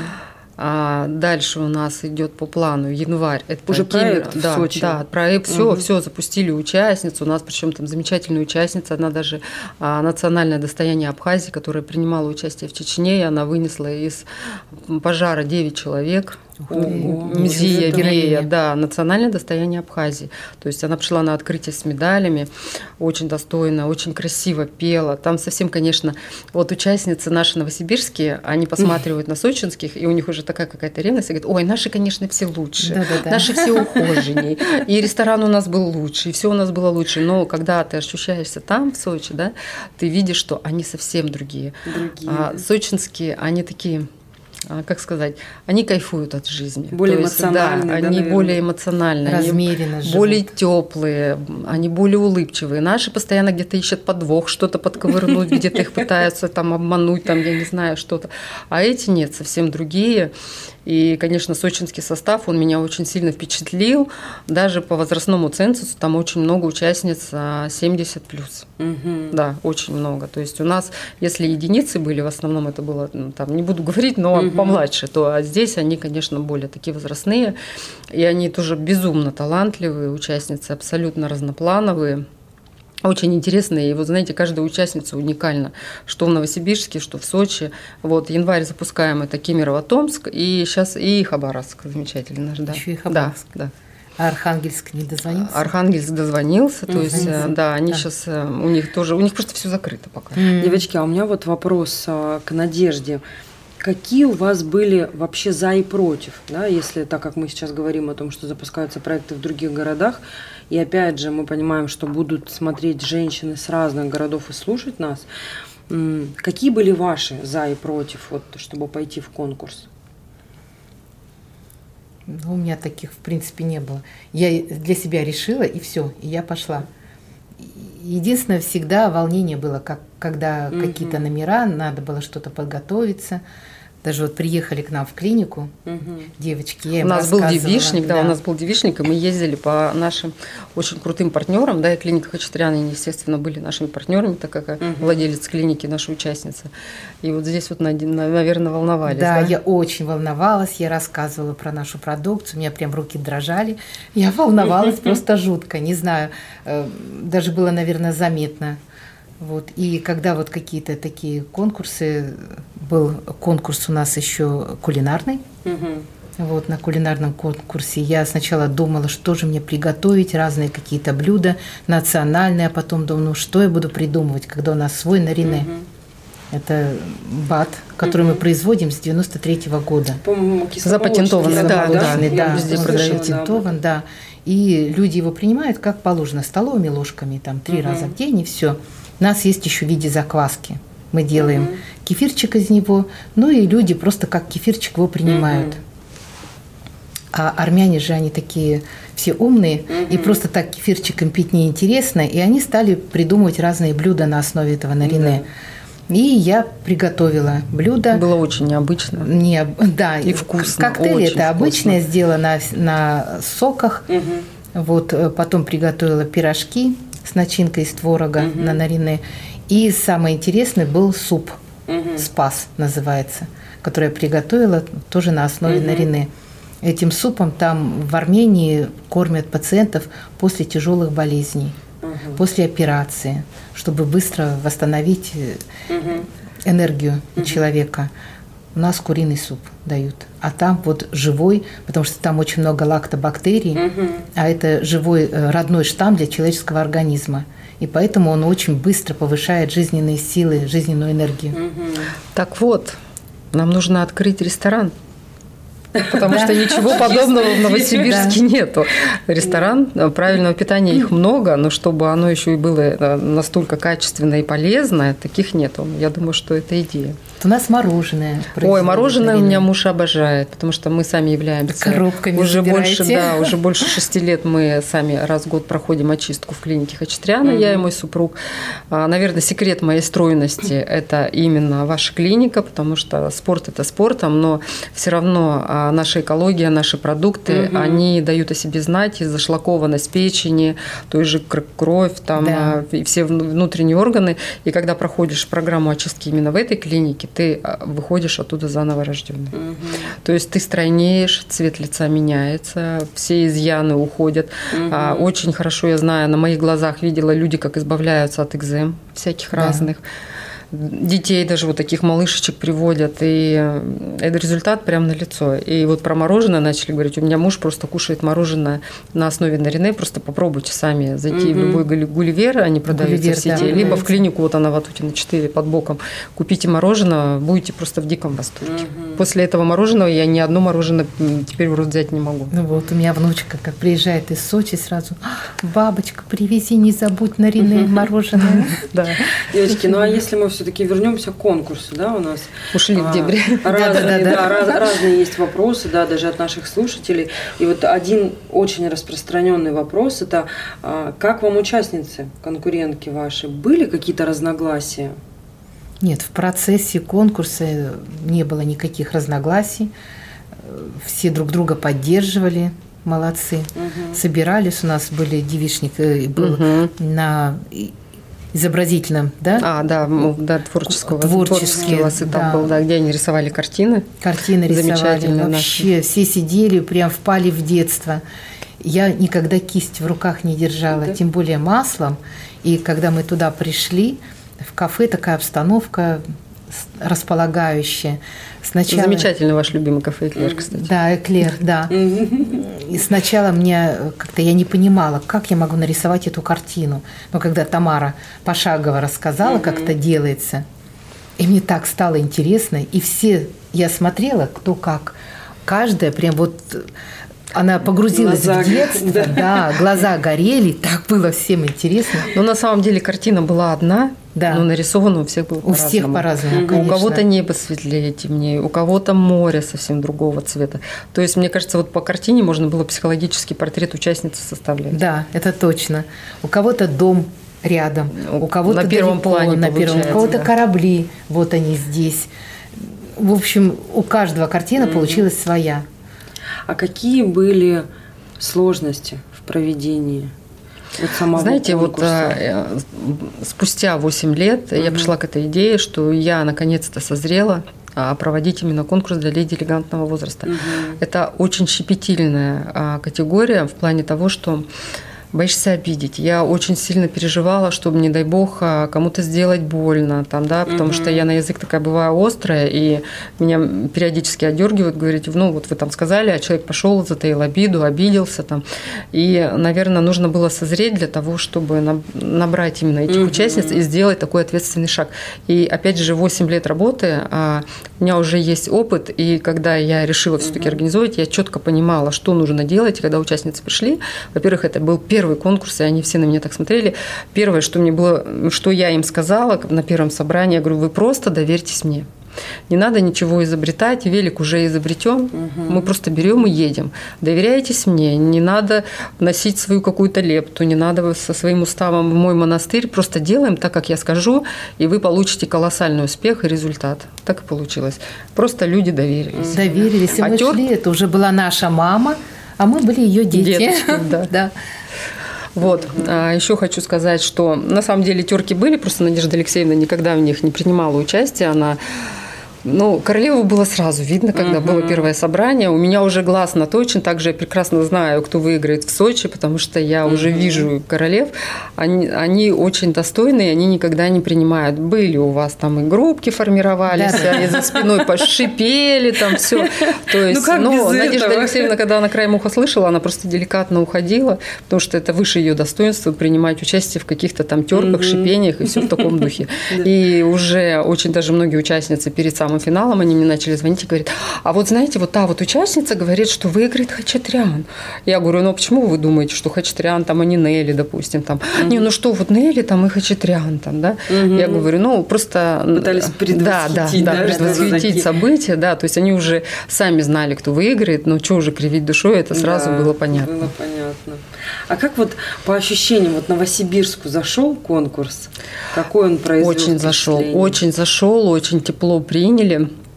А дальше у нас идет по плану январь. Это Уже Кемерово. проект в да, Сочи. Да, проект. Все, Мгм. все запустили участницу. У нас причем там замечательная участница. Она даже а, национальное достояние Абхазии, которая принимала участие в Чечне. И она вынесла из пожара девять человек. Ух ты. Ого. Мзия Ничего себе. Бея, да, национальное достояние Абхазии. То есть она пришла на открытие с медалями, очень достойно, очень красиво пела. Там совсем, конечно, вот участницы наши новосибирские, они посматривают на сочинских, и у них уже такая какая-то ревность, и говорят, ой, наши, конечно, все лучше, Да-да-да. наши все ухоженней, и ресторан у нас был лучше, и все у нас было лучше. Но когда ты ощущаешься там, в Сочи, да, ты видишь, что они совсем другие. Другие, А, да. сочинские, они такие... а, как сказать, они кайфуют от жизни. Более То есть, эмоциональные, да, да, они наверное? более эмоциональные, они Размеренно живут. более теплые, они более улыбчивые. Наши постоянно где-то ищут подвох, что-то подковырнуть, где-то их пытаются там обмануть, там, я не знаю, что-то. А эти нет, совсем другие. И, конечно, сочинский состав, он меня очень сильно впечатлил. Даже по возрастному цензусу там очень много участниц семьдесят плюс. Мгм. Да, очень много. То есть у нас, если единицы были, в основном это было, ну, там, не буду говорить, но Мгм. помладше, то а здесь они, конечно, более такие возрастные. И они тоже безумно талантливые участницы, абсолютно разноплановые. Очень интересные. И вот, знаете, каждая участница уникальна. Что в Новосибирске, что в Сочи. Вот, январь запускаем это Кемерово, Томск. И сейчас и Хабаровск замечательный наш. Да. Еще и Хабаровск. Да, да. А Архангельск не дозвонился? Архангельск дозвонился. То есть, Дозвонился. э, да, они Да. сейчас, у них тоже, у них просто все закрыто пока. М. Девочки, а у меня вот вопрос а, к Надежде. Какие у вас были вообще за и против, да, если так как мы сейчас говорим о том, что запускаются проекты в других городах, и опять же мы понимаем, что будут смотреть женщины с разных городов и слушать нас, м, какие были ваши за и против, вот, чтобы пойти в конкурс? Ну, у меня таких, в принципе, не было. Я для себя решила, и все, и я пошла. Единственное, всегда волнение было, как, когда Мгм. какие-то номера, надо было что-то подготовиться. Даже вот приехали к нам в клинику Мгм. девочки, я им У нас был рассказывала, девичник, да, у нас был девичник, и мы ездили по нашим очень крутым партнерам, да, и клиника Хачатурян, они, естественно, были нашими партнерами, так как Мгм. владелец клиники, наша участница. И вот здесь вот, наверное, волновались. Да, Да, я очень волновалась, я рассказывала про нашу продукцию, у меня прям руки дрожали. Я волновалась просто жутко, не знаю, э, даже было, наверное, заметно. Вот. И когда вот какие-то такие конкурсы, был конкурс у нас еще кулинарный, Мгм. Вот на кулинарном конкурсе я сначала думала, что же мне приготовить, разные какие-то блюда национальные, а потом думаю, ну что я буду придумывать, когда у нас свой нарине. Угу. Это бат, который угу. мы производим с девяносто третьего года. По-моему, запатентованный, да, да, да, да, везде он запатентован, да. И люди его принимают как положено, столовыми ложками, там три угу. раза в день и все. У нас есть еще в виде закваски. Мы делаем угу. кефирчик из него, ну и люди просто как кефирчик его принимают. Угу. А армяне же, они такие все умные, mm-hmm. и просто так кефирчиком пить неинтересно, и они стали придумывать разные блюда на основе этого нарине. Mm-hmm. И я приготовила блюдо. Было очень необычно. Не, да, и вкусно. Коктейль это обычное, сделано на соках. Mm-hmm. Вот, потом приготовила пирожки с начинкой из творога mm-hmm. на нарине. И самое интересное был суп, mm-hmm. спас называется, который я приготовила тоже на основе mm-hmm. нарине. Этим супом там в Армении кормят пациентов после тяжелых болезней, угу. после операции, чтобы быстро восстановить угу. энергию угу. человека. У нас куриный суп дают, а там вот живой, потому что там очень много лактобактерий, угу. а это живой родной штамм для человеческого организма. И поэтому он очень быстро повышает жизненные силы, жизненную энергию. Угу. Так вот, нам нужно открыть ресторан. Потому что ничего подобного в Новосибирске нету. Ресторан правильного питания их много, но чтобы оно еще и было настолько качественное и полезное, таких нету. Я думаю, что это идея. У нас мороженое. Ой, мороженое у меня муж обожает, потому что мы сами являемся коробками уже забираете. больше, да, уже больше шести лет мы сами раз в год проходим очистку в клинике Хачатряна, mm-hmm. я и мой супруг. Наверное, секрет моей стройности – это именно ваша клиника, потому что спорт – это спортом, но все равно наша экология, наши продукты, mm-hmm. они дают о себе знать, из-за шлакованность печени, той же кровь, там, да. и все внутренние органы. И когда проходишь программу очистки именно в этой клинике, ты выходишь оттуда заново рожденный. Mm-hmm. То есть ты стройнеешь, цвет лица меняется, все изъяны уходят. Mm-hmm. Очень хорошо, я знаю, на моих глазах видела люди, как избавляются от экзем всяких да. разных. Детей даже вот таких малышечек приводят, и этот результат прям налицо. И вот про мороженое начали говорить. У меня муж просто кушает мороженое на основе нарине. Просто попробуйте сами зайти mm-hmm. в любой Гулливер, они продаются Гулливер, в сети, да, либо в клинику, вот она Ватутина четыре под боком. Купите мороженое, будете просто в диком восторге. Mm-hmm. После этого мороженого я ни одно мороженое теперь в рот взять не могу. Ну вот, у меня внучка, как приезжает из Сочи, сразу: бабочка, привези, не забудь нарине mm-hmm. мороженое. Да. Девочки, ну а если мы все-таки вернемся к конкурсу, да, у нас ушли в дебри. А, разные, да, да, раз, разные есть вопросы, да, даже от наших слушателей. И вот один очень распространенный вопрос – это а, как вам участницы, конкурентки ваши, были какие-то разногласия? Нет, в процессе конкурса не было никаких разногласий. Все друг друга поддерживали. Молодцы. Угу. Собирались, у нас были девичник был угу. на изобразительном, да? А, да, да, творческого, творческий класс да. там был, да, где они рисовали картины. Картины рисовали, вообще, все сидели, прям впали в детство. Я никогда кисть в руках не держала, да. тем более маслом. И когда мы туда пришли, в кафе такая обстановка располагающая. Сначала... Замечательный ваш любимый кафе «Эклер», кстати. Да, «Эклер», да. И сначала мне как-то я не понимала, как я могу нарисовать эту картину. Но когда Тамара пошагово рассказала, как это делается, и мне так стало интересно, и все, я смотрела, кто как, каждая прям вот... Она погрузилась глаза, в детство, да. да, глаза горели, так было всем интересно. Но на самом деле картина была одна, да. но нарисована у всех было у по-разному. У всех по-разному, конечно. У кого-то небо светлее, темнее, у кого-то море совсем другого цвета. То есть, мне кажется, вот по картине можно было психологический портрет участницы составлять. Да, это точно. У кого-то дом рядом, у кого-то на первом далеко, плане, на первом, у кого-то да. корабли, вот они здесь. В общем, у каждого картина mm-hmm. получилась своя. А какие были сложности в проведении вот самого Знаете, конкурса? вот спустя восемь лет угу. я пришла к этой идее, что я наконец-то созрела проводить именно конкурс для леди элегантного возраста. Угу. Это очень щепетильная категория в плане того, что боишься обидеть. Я очень сильно переживала, чтобы, не дай бог, кому-то сделать больно, там, да, потому mm-hmm. что я на язык такая бываю острая, и меня периодически отдергивают, говорить, ну, вот вы там сказали, а человек пошел, затаил обиду, обиделся там. И, наверное, нужно было созреть для того, чтобы набрать именно этих mm-hmm. участниц и сделать такой ответственный шаг. И, опять же, восемь лет работы, у меня уже есть опыт, и когда я решила все-таки mm-hmm. организовать, я четко понимала, что нужно делать, и когда участницы пришли, во-первых, это был первый конкурс, и они все на меня так смотрели. Первое, что мне было, что я им сказала на первом собрании, я говорю, вы просто доверьтесь мне. Не надо ничего изобретать, велик уже изобретем, угу. мы просто берем и едем. Доверяйтесь мне, не надо вносить свою какую-то лепту, не надо со своим уставом в мой монастырь, просто делаем так, как я скажу, и вы получите колоссальный успех и результат. Так и получилось. Просто люди доверились. Доверились, и мы Отер... шли, это уже была наша мама, а мы были ее дети. Деточки, да. да. Вот. А еще хочу сказать, что на самом деле терки были, просто Надежда Алексеевна никогда в них не принимала участие. Она Ну, королеву было сразу видно, когда uh-huh. было первое собрание. У меня уже глаз наточен. Также я прекрасно знаю, кто выиграет в Сочи, потому что я uh-huh. уже вижу королев. Они, они очень достойные, они никогда не принимают. Были у вас там и группки формировались, да. они за спиной пошипели, там все. То есть, ну, но Надежда этого? Алексеевна, когда она краем уха слышала, она просто деликатно уходила, потому что это выше ее достоинства принимать участие в каких-то там терках, uh-huh. шипениях и все в таком духе. И уже очень даже многие участницы перед самым финалом они мне начали звонить и говорят, а вот знаете, вот та вот участница говорит, что выиграет Хачатрян. Я говорю, ну почему вы думаете, что Хачатрян там, а не Нелли, допустим, там, mm-hmm. не, ну что, вот Нелли там и Хачатрян там, да? Mm-hmm. Я говорю, ну просто... Пытались предвосхитить, да, да, да, предвосхитить события, да, то есть они уже сами знали, кто выиграет, но что уже кривить душой, это сразу да, было понятно. было понятно. А как вот по ощущениям, вот Новосибирску зашел конкурс? Какой он произвел? Очень зашел, очень зашел, очень тепло приняли.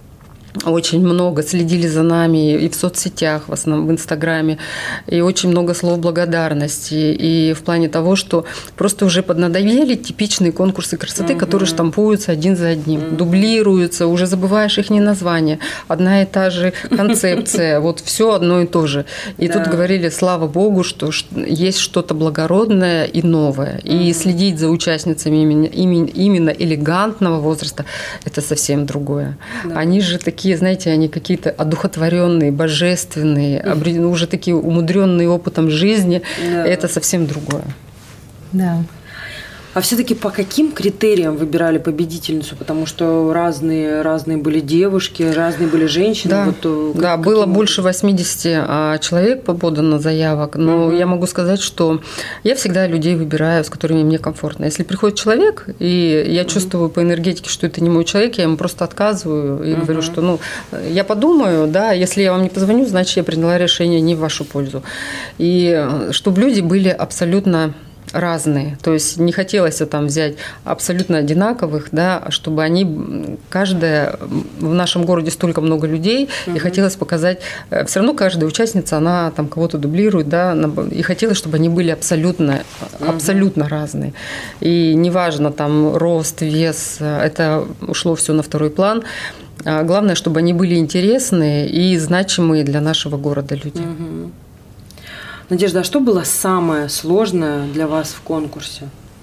Очень много следили за нами и в соцсетях, в основном в Инстаграме, и очень много слов благодарности, и в плане того, что просто уже поднадоели типичные конкурсы красоты, угу. которые штампуются один за одним, угу. дублируются, уже забываешь их название, одна и та же концепция, вот все одно и то же. И тут говорили, слава богу, что есть что-то благородное и новое, и следить за участницами именно элегантного возраста – это совсем другое. Они же такие Такие, знаете, они какие-то одухотворенные, божественные, mm. уже такие умудренные опытом жизни. Yeah. Это совсем другое. Да. А все-таки по каким критериям выбирали победительницу? Потому что разные, разные были девушки, разные были женщины. Да, вот, да как, было каким... больше восьмидесяти человек подано заявок, но угу. я могу сказать, что я всегда людей выбираю, с которыми мне комфортно. Если приходит человек, и я угу. чувствую по энергетике, что это не мой человек, я ему просто отказываю и угу. говорю, что ну, я подумаю, да, если я вам не позвоню, значит, я приняла решение не в вашу пользу. И чтобы люди были абсолютно разные. То есть не хотелось там взять абсолютно одинаковых, да, чтобы они, каждая, в нашем городе столько много людей, угу. и хотелось показать, все равно каждая участница, она там кого-то дублирует, да, и хотелось, чтобы они были абсолютно, угу. абсолютно разные. И неважно там рост, вес, это ушло все на второй план. А главное, чтобы они были интересные и значимые для нашего города люди. Угу. Надежда, а что было самое сложное для вас в конкурсе?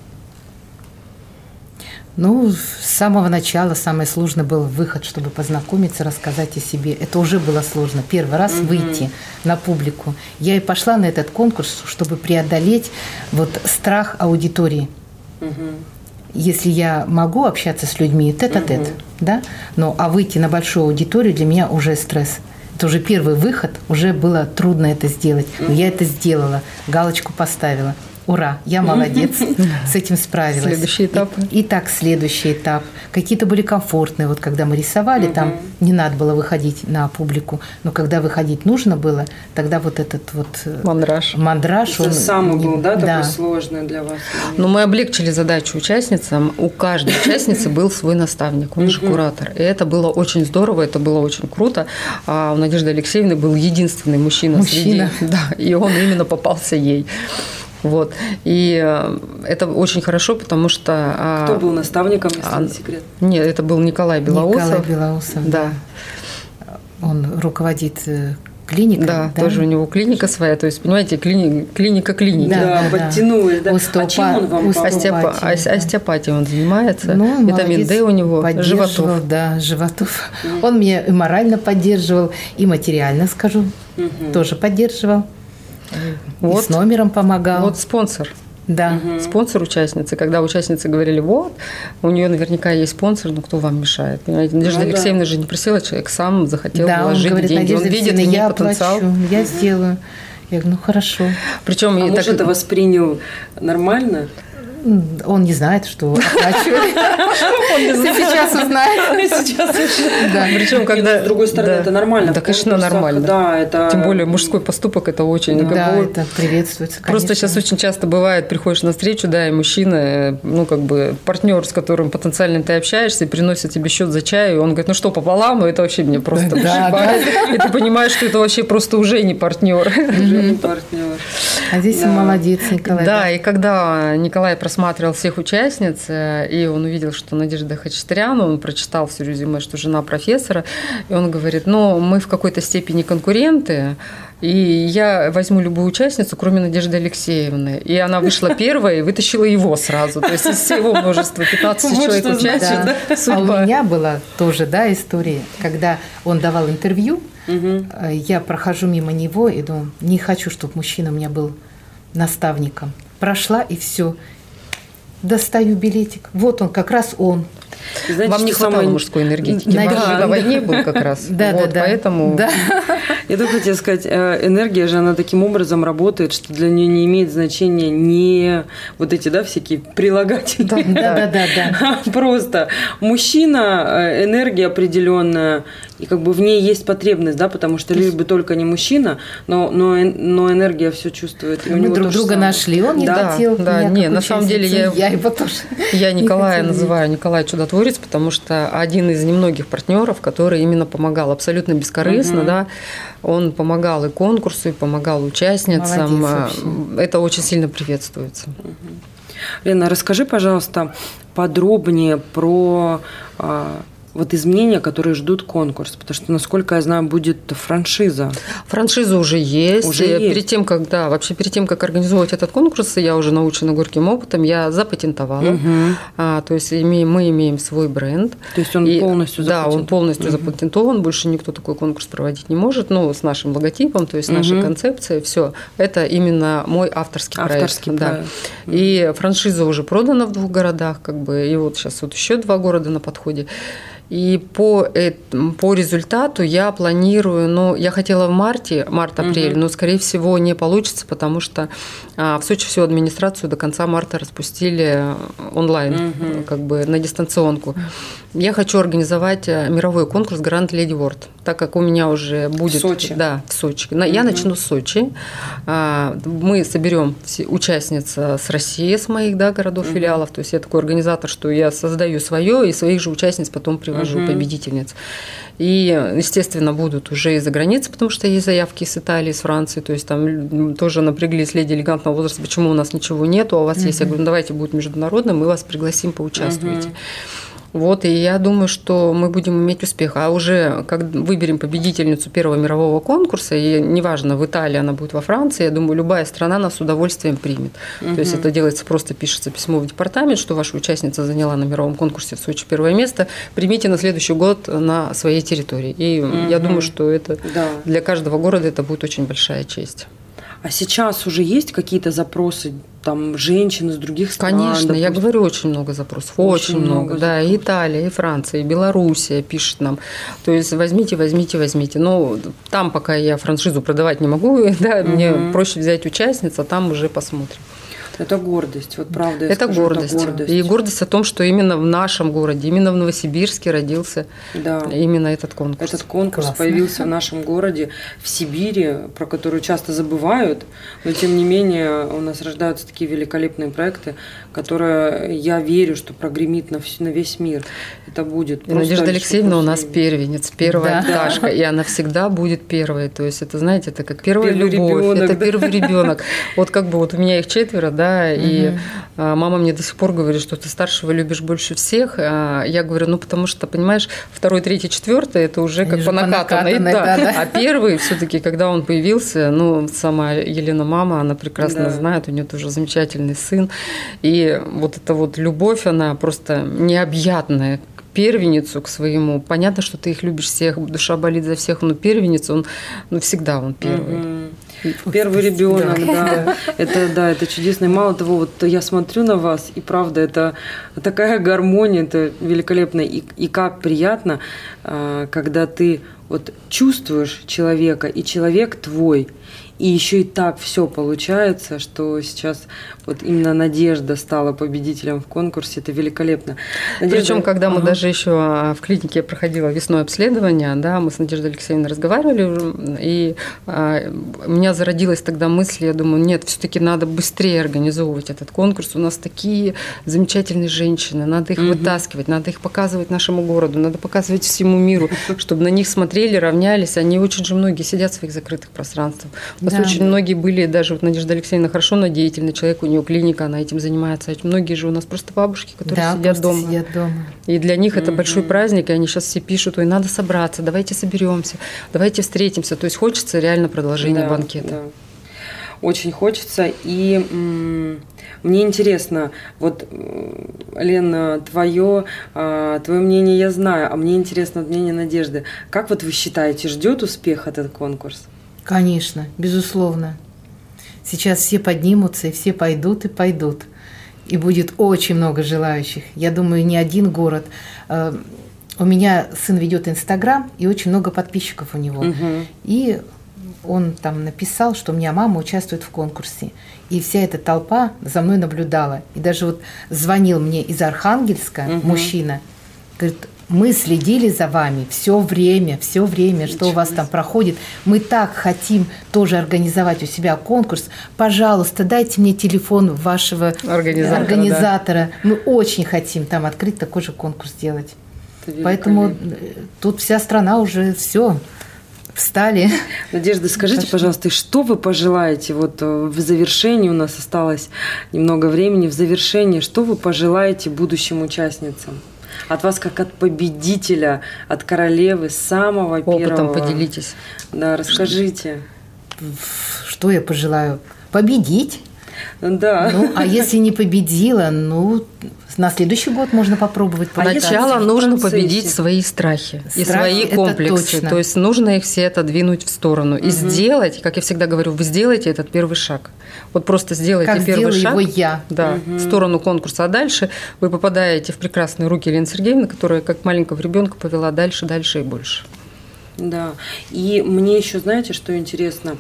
Ну, с самого начала самое сложное был выход, чтобы познакомиться, рассказать о себе. Это уже было сложно. Первый раз mm-hmm. выйти на публику. Я и пошла на этот конкурс, чтобы преодолеть вот страх аудитории. Mm-hmm. Если я могу общаться с людьми тет-а-тет, mm-hmm. да, но а выйти на большую аудиторию для меня уже стресс. Это уже первый выход, уже было трудно это сделать. Но я это сделала, галочку поставила. Ура, я молодец, с этим справилась. Следующий этап. И, и так следующий этап. Какие-то были комфортные. Вот когда мы рисовали, там не надо было выходить на публику. Но когда выходить нужно было, тогда вот этот вот мандраж. мандраж Это он, самый был, да, да, такой сложный для вас? Но мы облегчили задачу участницам. У каждой участницы был свой наставник, он же куратор. И это было очень здорово, это было очень круто. А у Надежды Алексеевны был единственный мужчина, мужчина. среди... Да, и он именно попался ей. Вот. И это очень хорошо, потому что... Кто был наставником, если а, не секрет? Нет, это был Николай Белоусов. Николай Белоусов, да. Он руководит Клиника, да, да, тоже у него клиника своя, то есть, понимаете, клини, клиника клиники. Да, Да, да, подтянулась, да. Остеопа- А чем он вам остеопатия, помог? Остеопа- ос- да. Остеопатией он занимается, Ну, витамин молодец, D у него, поддерживал, животов. да, животов. Он меня и морально поддерживал, и материально, скажу, Мгм. тоже поддерживал. Вот. И с номером помогал. Вот спонсор. Да. Спонсор участницы. Когда участницы говорили, вот, у нее наверняка есть спонсор, но кто вам мешает? Понимаете? Надежда Ну да. Алексеевна же не просила, человек сам захотел Да, он вложить говорит, деньги. Надежда Он видит в Алексеевна, ней я потенциал. оплачу, я сделаю. Я говорю, ну хорошо. Причем А и муж так- это воспринял нормально? Он не знает, что оплачивает. Он сейчас узнает. Сейчас Да. Причем, Нет, когда... с другой стороны, да. это нормально. Да, В конечно, конкурсах, нормально. Да, это... Тем более мужской поступок – это очень... как Да, бы, это приветствуется, Просто конечно. сейчас очень часто бывает, приходишь на встречу, да, и мужчина, э, ну, как бы, партнер, с которым потенциально ты общаешься, и приносит тебе счет за чай, и он говорит, ну что, пополам, ну это вообще мне просто Да, вышибает. И ты понимаешь, что это вообще просто уже не партнер. Уже не партнер. А здесь Да. он молодец, Николай. Да, и когда Николай просматривал всех участниц, э, и он увидел, что Надежда Хачатурян, он прочитал все резюме, что жена профессора, и он говорит, ну, мы в какой-то степени конкуренты, и я возьму любую участницу, кроме Надежды Алексеевны. И она вышла первая и вытащила его сразу. То есть из всего множества, пятнадцать Вот человек что значит, участниц. Да. А Судьба. у меня была тоже, да, история, когда он давал интервью, Мгм. э, я прохожу мимо него и думаю, не хочу, чтобы мужчина у меня был наставником. Прошла и все. Достаю билетик. Вот он, как раз он. И знаете, Вам не что хватало самое- мужской энергетики. Да, Ваш же да. на войне был как раз. Да, Вот, да, да. Поэтому... Да. Я только хотела сказать, э, энергия же, она таким образом работает, что для нее не имеет значения не вот эти, да, всякие прилагательные. Да, да, да, да. А Просто мужчина, э, энергия определенная, и как бы в ней есть потребность, да, потому что лишь бы только не мужчина, но, но, эн- но энергия все чувствует. И у Мы него друг то же друга самое. нашли. Он не Да, хотел да, меня не, как на самом деле участницу, я- я его тоже Я не Николая хотела называю Николай Чудотворец, потому что один из немногих партнеров, который именно помогал абсолютно бескорыстно, Мгм. да, он помогал и конкурсу, и помогал участницам. Молодец вообще. Это очень сильно приветствуется. Лена, расскажи, пожалуйста, подробнее про а, вот изменения, которые ждут конкурс, потому что, насколько я знаю, будет франшиза. Франшиза уже есть. Уже И есть. Перед тем, как, да, вообще перед тем, как организовывать этот конкурс, я уже научена горьким опытом, я запатентовала. Мгм. А, то есть имеем, мы имеем свой бренд. То есть он И- полностью Да, запатентован. он полностью Мгм. запатентован, больше никто такой конкурс проводить не может, ну, с нашим логотипом, то есть нашей Мгм. концепцией, все. Это именно мой авторский, Авторский проект. проект. Да. И франшиза уже продана в двух городах, как бы, и вот сейчас вот еще два города на подходе. И по, эт- по результату я планирую, ну, я хотела в марте, март-апрель, Мгм. но, скорее всего, не получится, потому что а, в Сочи всю администрацию до конца марта распустили онлайн, Мгм. как бы на дистанционку. Я хочу организовать э, мировой конкурс Grand Lady World, так как у меня уже будет... В Сочи. Да, в Сочи. На- Я Мгм. начну с Сочи. А, Мы соберем все участниц с России, с моих, да, городов, филиалов. То есть я такой организатор, что я создаю свое и своих же участниц потом привожу, Мгм. победительниц. И, естественно, будут уже из-за границы, потому что есть заявки из Италии, из Франции. То есть там м, тоже напряглись леди элегантного возраста, почему у нас ничего нету, а у вас есть. Я говорю, ну давайте будет международным, мы вас пригласим, поучаствуйте. Мгм. Вот, и я думаю, что мы будем иметь успех. А уже как выберем победительницу первого мирового конкурса, и неважно, в Италии она будет, во Франции, я думаю, любая страна нас с удовольствием примет. То есть это делается просто, пишется письмо в департамент, что ваша участница заняла на мировом конкурсе в Сочи первое место, примите на следующий год на своей территории. И я думаю, что это Да. для каждого города это будет очень большая честь. А сейчас уже есть какие-то запросы там женщин из других стран? Конечно, я допустим? говорю, очень много запросов, Очень очень, много, много да, и запросов. Италия, и Франция, и Белоруссия пишет нам, то есть возьмите, возьмите, возьмите, но там пока я франшизу продавать не могу, да, мне Мгм. проще взять участниц, а там уже посмотрим. Это гордость, вот правда. я Это скажу, гордость. Это гордость. И гордость о том, что именно в нашем городе, именно в Новосибирске родился Да. именно этот конкурс. Этот конкурс Классно. появился в нашем городе, в Сибири, про который часто забывают, но тем не менее у нас рождаются такие великолепные проекты, которые, я верю, что прогремит на, вс- на весь мир. Это будет. И просто Надежда лишь Алексеевна у нас вопрос первенец, первая Да. пташка, и она всегда будет первой. То есть это, знаете, это как первая Первый любовь, ребенок, это да. первый ребенок. Вот как бы вот у меня их четверо, да, да, и угу. мама мне до сих пор говорит, что ты старшего любишь больше всех. Я говорю, ну, потому что, понимаешь, второй, третий, четвертый, это уже как по накатанной. Да. Да, да. А первый, все-таки, когда он появился, ну, сама Елена мама, она прекрасно да. знает, у нее тоже замечательный сын. И вот эта вот любовь, она просто необъятная к первенецу, к своему. Понятно, что ты их любишь всех, душа болит за всех, но первенец, он, ну, всегда он первый. Угу. Первый ребенок, да. да. Это, да, это чудесно. И мало того, вот я смотрю на вас, и правда, это такая гармония, это великолепно. И, и как приятно, когда ты вот чувствуешь человека, и человек твой. И еще и так все получается, что сейчас вот именно Надежда стала победителем в конкурсе. Это великолепно. Надежда... Причем, когда ага. мы даже еще в клинике, я проходила весной обследование, да, мы с Надеждой Алексеевной разговаривали, и а, у меня зародилась тогда мысль, я думаю, нет, все-таки надо быстрее организовывать этот конкурс. У нас такие замечательные женщины, надо их угу. вытаскивать, надо их показывать нашему городу, надо показывать всему миру, чтобы на них смотрели, равнялись. Они очень же многие сидят в своих закрытых пространствах. У нас да. очень многие были, даже вот Надежда Алексеевна хорошо, но деятельный человек, у нее клиника, она этим занимается. Многие же у нас просто бабушки, которые да, сидят, дома. сидят дома. И для них mm-hmm. это большой праздник, и они сейчас все пишут, ой, надо собраться, давайте соберемся, давайте встретимся. То есть хочется реально продолжения да, банкета. Да. Очень хочется. И м- мне интересно, вот, Лена, твое, а, твое мнение я знаю, а мне интересно мнение Надежды. Как вот вы считаете, ждет успех этот конкурс? Конечно, безусловно. Сейчас все поднимутся, и все пойдут и пойдут. И будет очень много желающих. Я думаю, не один город. У меня сын ведет Инстаграм, и очень много подписчиков у него. Угу. И он там написал, что у меня мама участвует в конкурсе. И вся эта толпа за мной наблюдала. И даже вот звонил мне из Архангельска угу. мужчина, говорит, мы следили за вами все время, все время, что Ничего у вас там проходит. Мы так хотим тоже организовать у себя конкурс. Пожалуйста, дайте мне телефон вашего организатора. организатора. Да. Мы очень хотим там открыть такой же конкурс сделать. Поэтому тут вся страна уже все встали. Надежда, скажите, Пошли. пожалуйста, что вы пожелаете вот в завершении, у нас осталось немного времени, в завершении, что вы пожелаете будущим участницам? От вас, как от победителя, от королевы, самого Опытом первого. Опытом поделитесь. Да, расскажите. Что я пожелаю? Победить. Да. Ну, а если не победила, ну, на следующий год можно попробовать. Сначала нужно победить свои страхи, страхи и свои комплексы. То есть нужно их все отодвинуть в сторону. И угу. сделать, как я всегда говорю, вы сделаете этот первый шаг. Вот просто сделайте как первый шаг. Его я. Да, угу. в сторону конкурса. А дальше вы попадаете в прекрасные руки Елены Сергеевны, которая как маленького ребенка повела дальше, дальше и больше. Да. И мне еще, знаете, что интересно?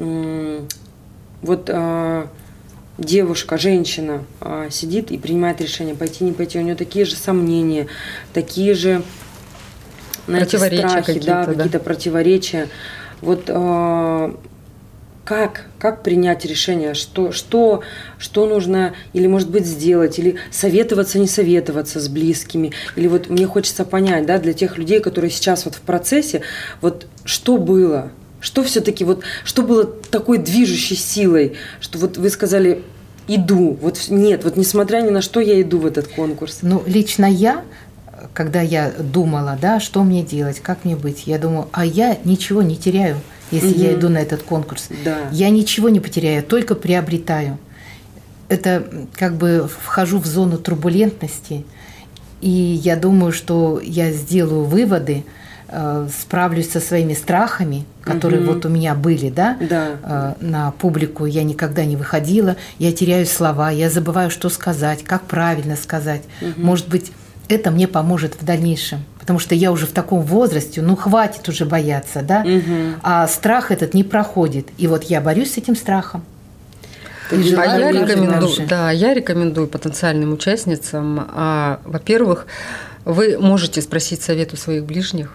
Вот девушка, женщина а, сидит и принимает решение, пойти, не пойти. У нее такие же сомнения, такие же, знаете, страхи, какие-то, да, да? какие-то противоречия. Вот а, как, как принять решение, что, что, что нужно, или, может быть, сделать, или советоваться, не советоваться с близкими. Или вот мне хочется понять, да, для тех людей, которые сейчас вот в процессе, вот что было? Что все-таки вот, что было такой движущей силой, что вот вы сказали, иду, вот нет, вот несмотря ни на что, я иду в этот конкурс? Ну, лично я, когда я думала, да, что мне делать, как мне быть, я думаю, а я ничего не теряю, если угу. я иду на этот конкурс. Да. Я ничего не потеряю, только приобретаю. Это как бы вхожу в зону турбулентности, и я думаю, что я сделаю выводы, справлюсь со своими страхами, которые угу. вот у меня были, да? Да. На публику я никогда не выходила, я теряю слова, я забываю, что сказать, как правильно сказать. Угу. Может быть, это мне поможет в дальнейшем, потому что я уже в таком возрасте, ну хватит уже бояться, да? Угу. А страх этот не проходит, и вот я борюсь с этим страхом. А я рекомендую, да, я рекомендую потенциальным участницам, а, во-первых, вы можете спросить совет у своих ближних.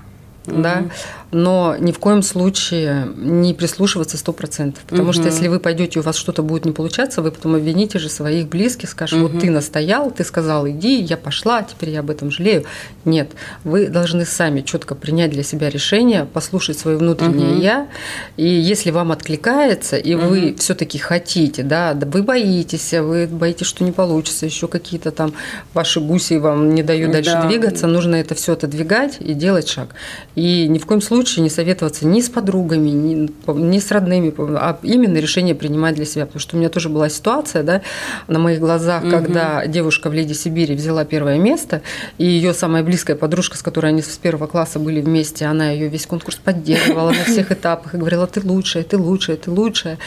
mm-hmm. да, но ни в коем случае не прислушиваться сто процентов, потому mm-hmm. что если вы пойдете, у вас что-то будет не получаться, вы потом обвините же своих близких, скажете, mm-hmm. вот ты настоял, ты сказал, иди, я пошла, теперь я об этом жалею. Нет, вы должны сами четко принять для себя решение, послушать свое внутреннее mm-hmm. я, и если вам откликается, и mm-hmm. вы все-таки хотите, да, вы боитесь, вы боитесь, что не получится, еще какие-то там ваши гуси вам не дают дальше да. двигаться, нужно это все отодвигать и делать шаг. И ни в коем случае не советоваться ни с подругами, ни, ни с родными, а именно решение принимать для себя. Потому что у меня тоже была ситуация, да, на моих глазах, угу. когда девушка в «Леди Сибири» взяла первое место, и ее самая близкая подружка, с которой они с первого класса были вместе, она ее весь конкурс поддерживала на всех этапах и говорила, ты лучшая, ты лучшая, ты лучшая.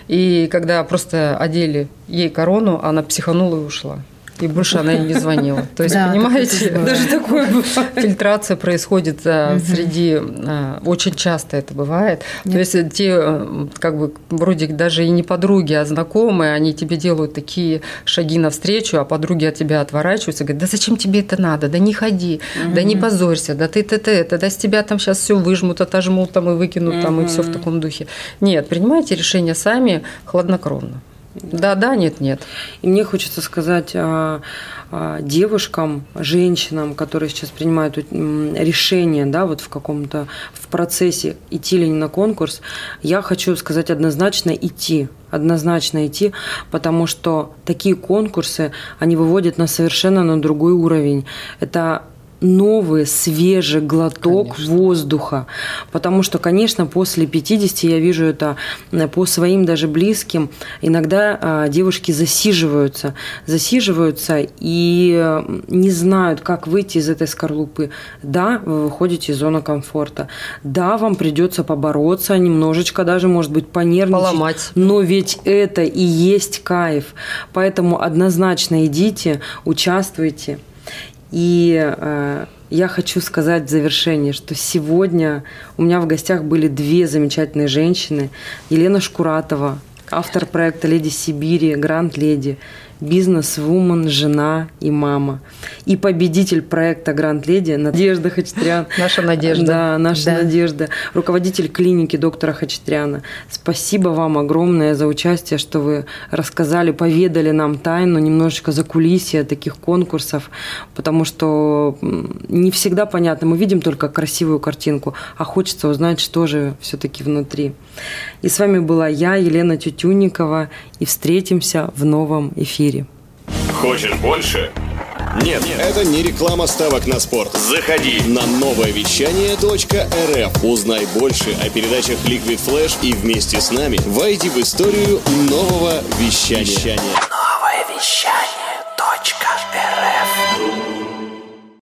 И когда просто одели ей корону, она психанула и ушла. И больше она ей не звонила. То есть, да, понимаете, даже такое бывает. Фильтрация происходит угу. среди... Очень часто это бывает. Нет. То есть, те, как бы, вроде даже и не подруги, а знакомые, они тебе делают такие шаги навстречу, а подруги от тебя отворачиваются, говорят, да зачем тебе это надо, да не ходи, угу. да не позорься, да ты ты ты это, да с тебя там сейчас все выжмут, отожмут там и выкинут, угу. там, и все в таком духе. Нет, принимайте решения сами хладнокровно. Да, да, нет, нет. И мне хочется сказать а, а, девушкам, женщинам, которые сейчас принимают решение, да, вот в каком-то в процессе идти ли не на конкурс, я хочу сказать однозначно идти. Однозначно идти, потому что такие конкурсы, они выводят нас совершенно на другой уровень. Это новый, свежий глоток конечно. Воздуха. Потому что, конечно, после пятидесяти я вижу это по своим даже близким. Иногда а, девушки засиживаются. Засиживаются и не знают, как выйти из этой скорлупы. Да, вы выходите из зоны комфорта. Да, вам придется побороться, немножечко даже, может быть, понервничать. Поломать. Но ведь это и есть кайф. Поэтому однозначно идите, участвуйте. И э, я хочу сказать в завершение, что сегодня у меня в гостях были две замечательные женщины. Елена Шкуратова, автор проекта «Леди Сибири», «Гранд Леди», бизнес-вумен, жена и мама. И победитель проекта «Гранд Леди» Надежда Хачатрян. Наша Надежда. Да, наша да. Надежда. Руководитель клиники доктора Хачатряна. Спасибо вам огромное за участие, что вы рассказали, поведали нам тайну, немножечко закулисья таких конкурсов, потому что не всегда понятно. Мы видим только красивую картинку, а хочется узнать, что же все-таки внутри. И с вами была я, Елена Тютюнникова, и встретимся в новом эфире. Хочешь больше? Нет, нет, это не реклама ставок на спорт. Заходи на новое вещание точка эр эф. Узнай больше о передачах Liquid Flash и вместе с нами войди в историю нового вещания. Новое вещание.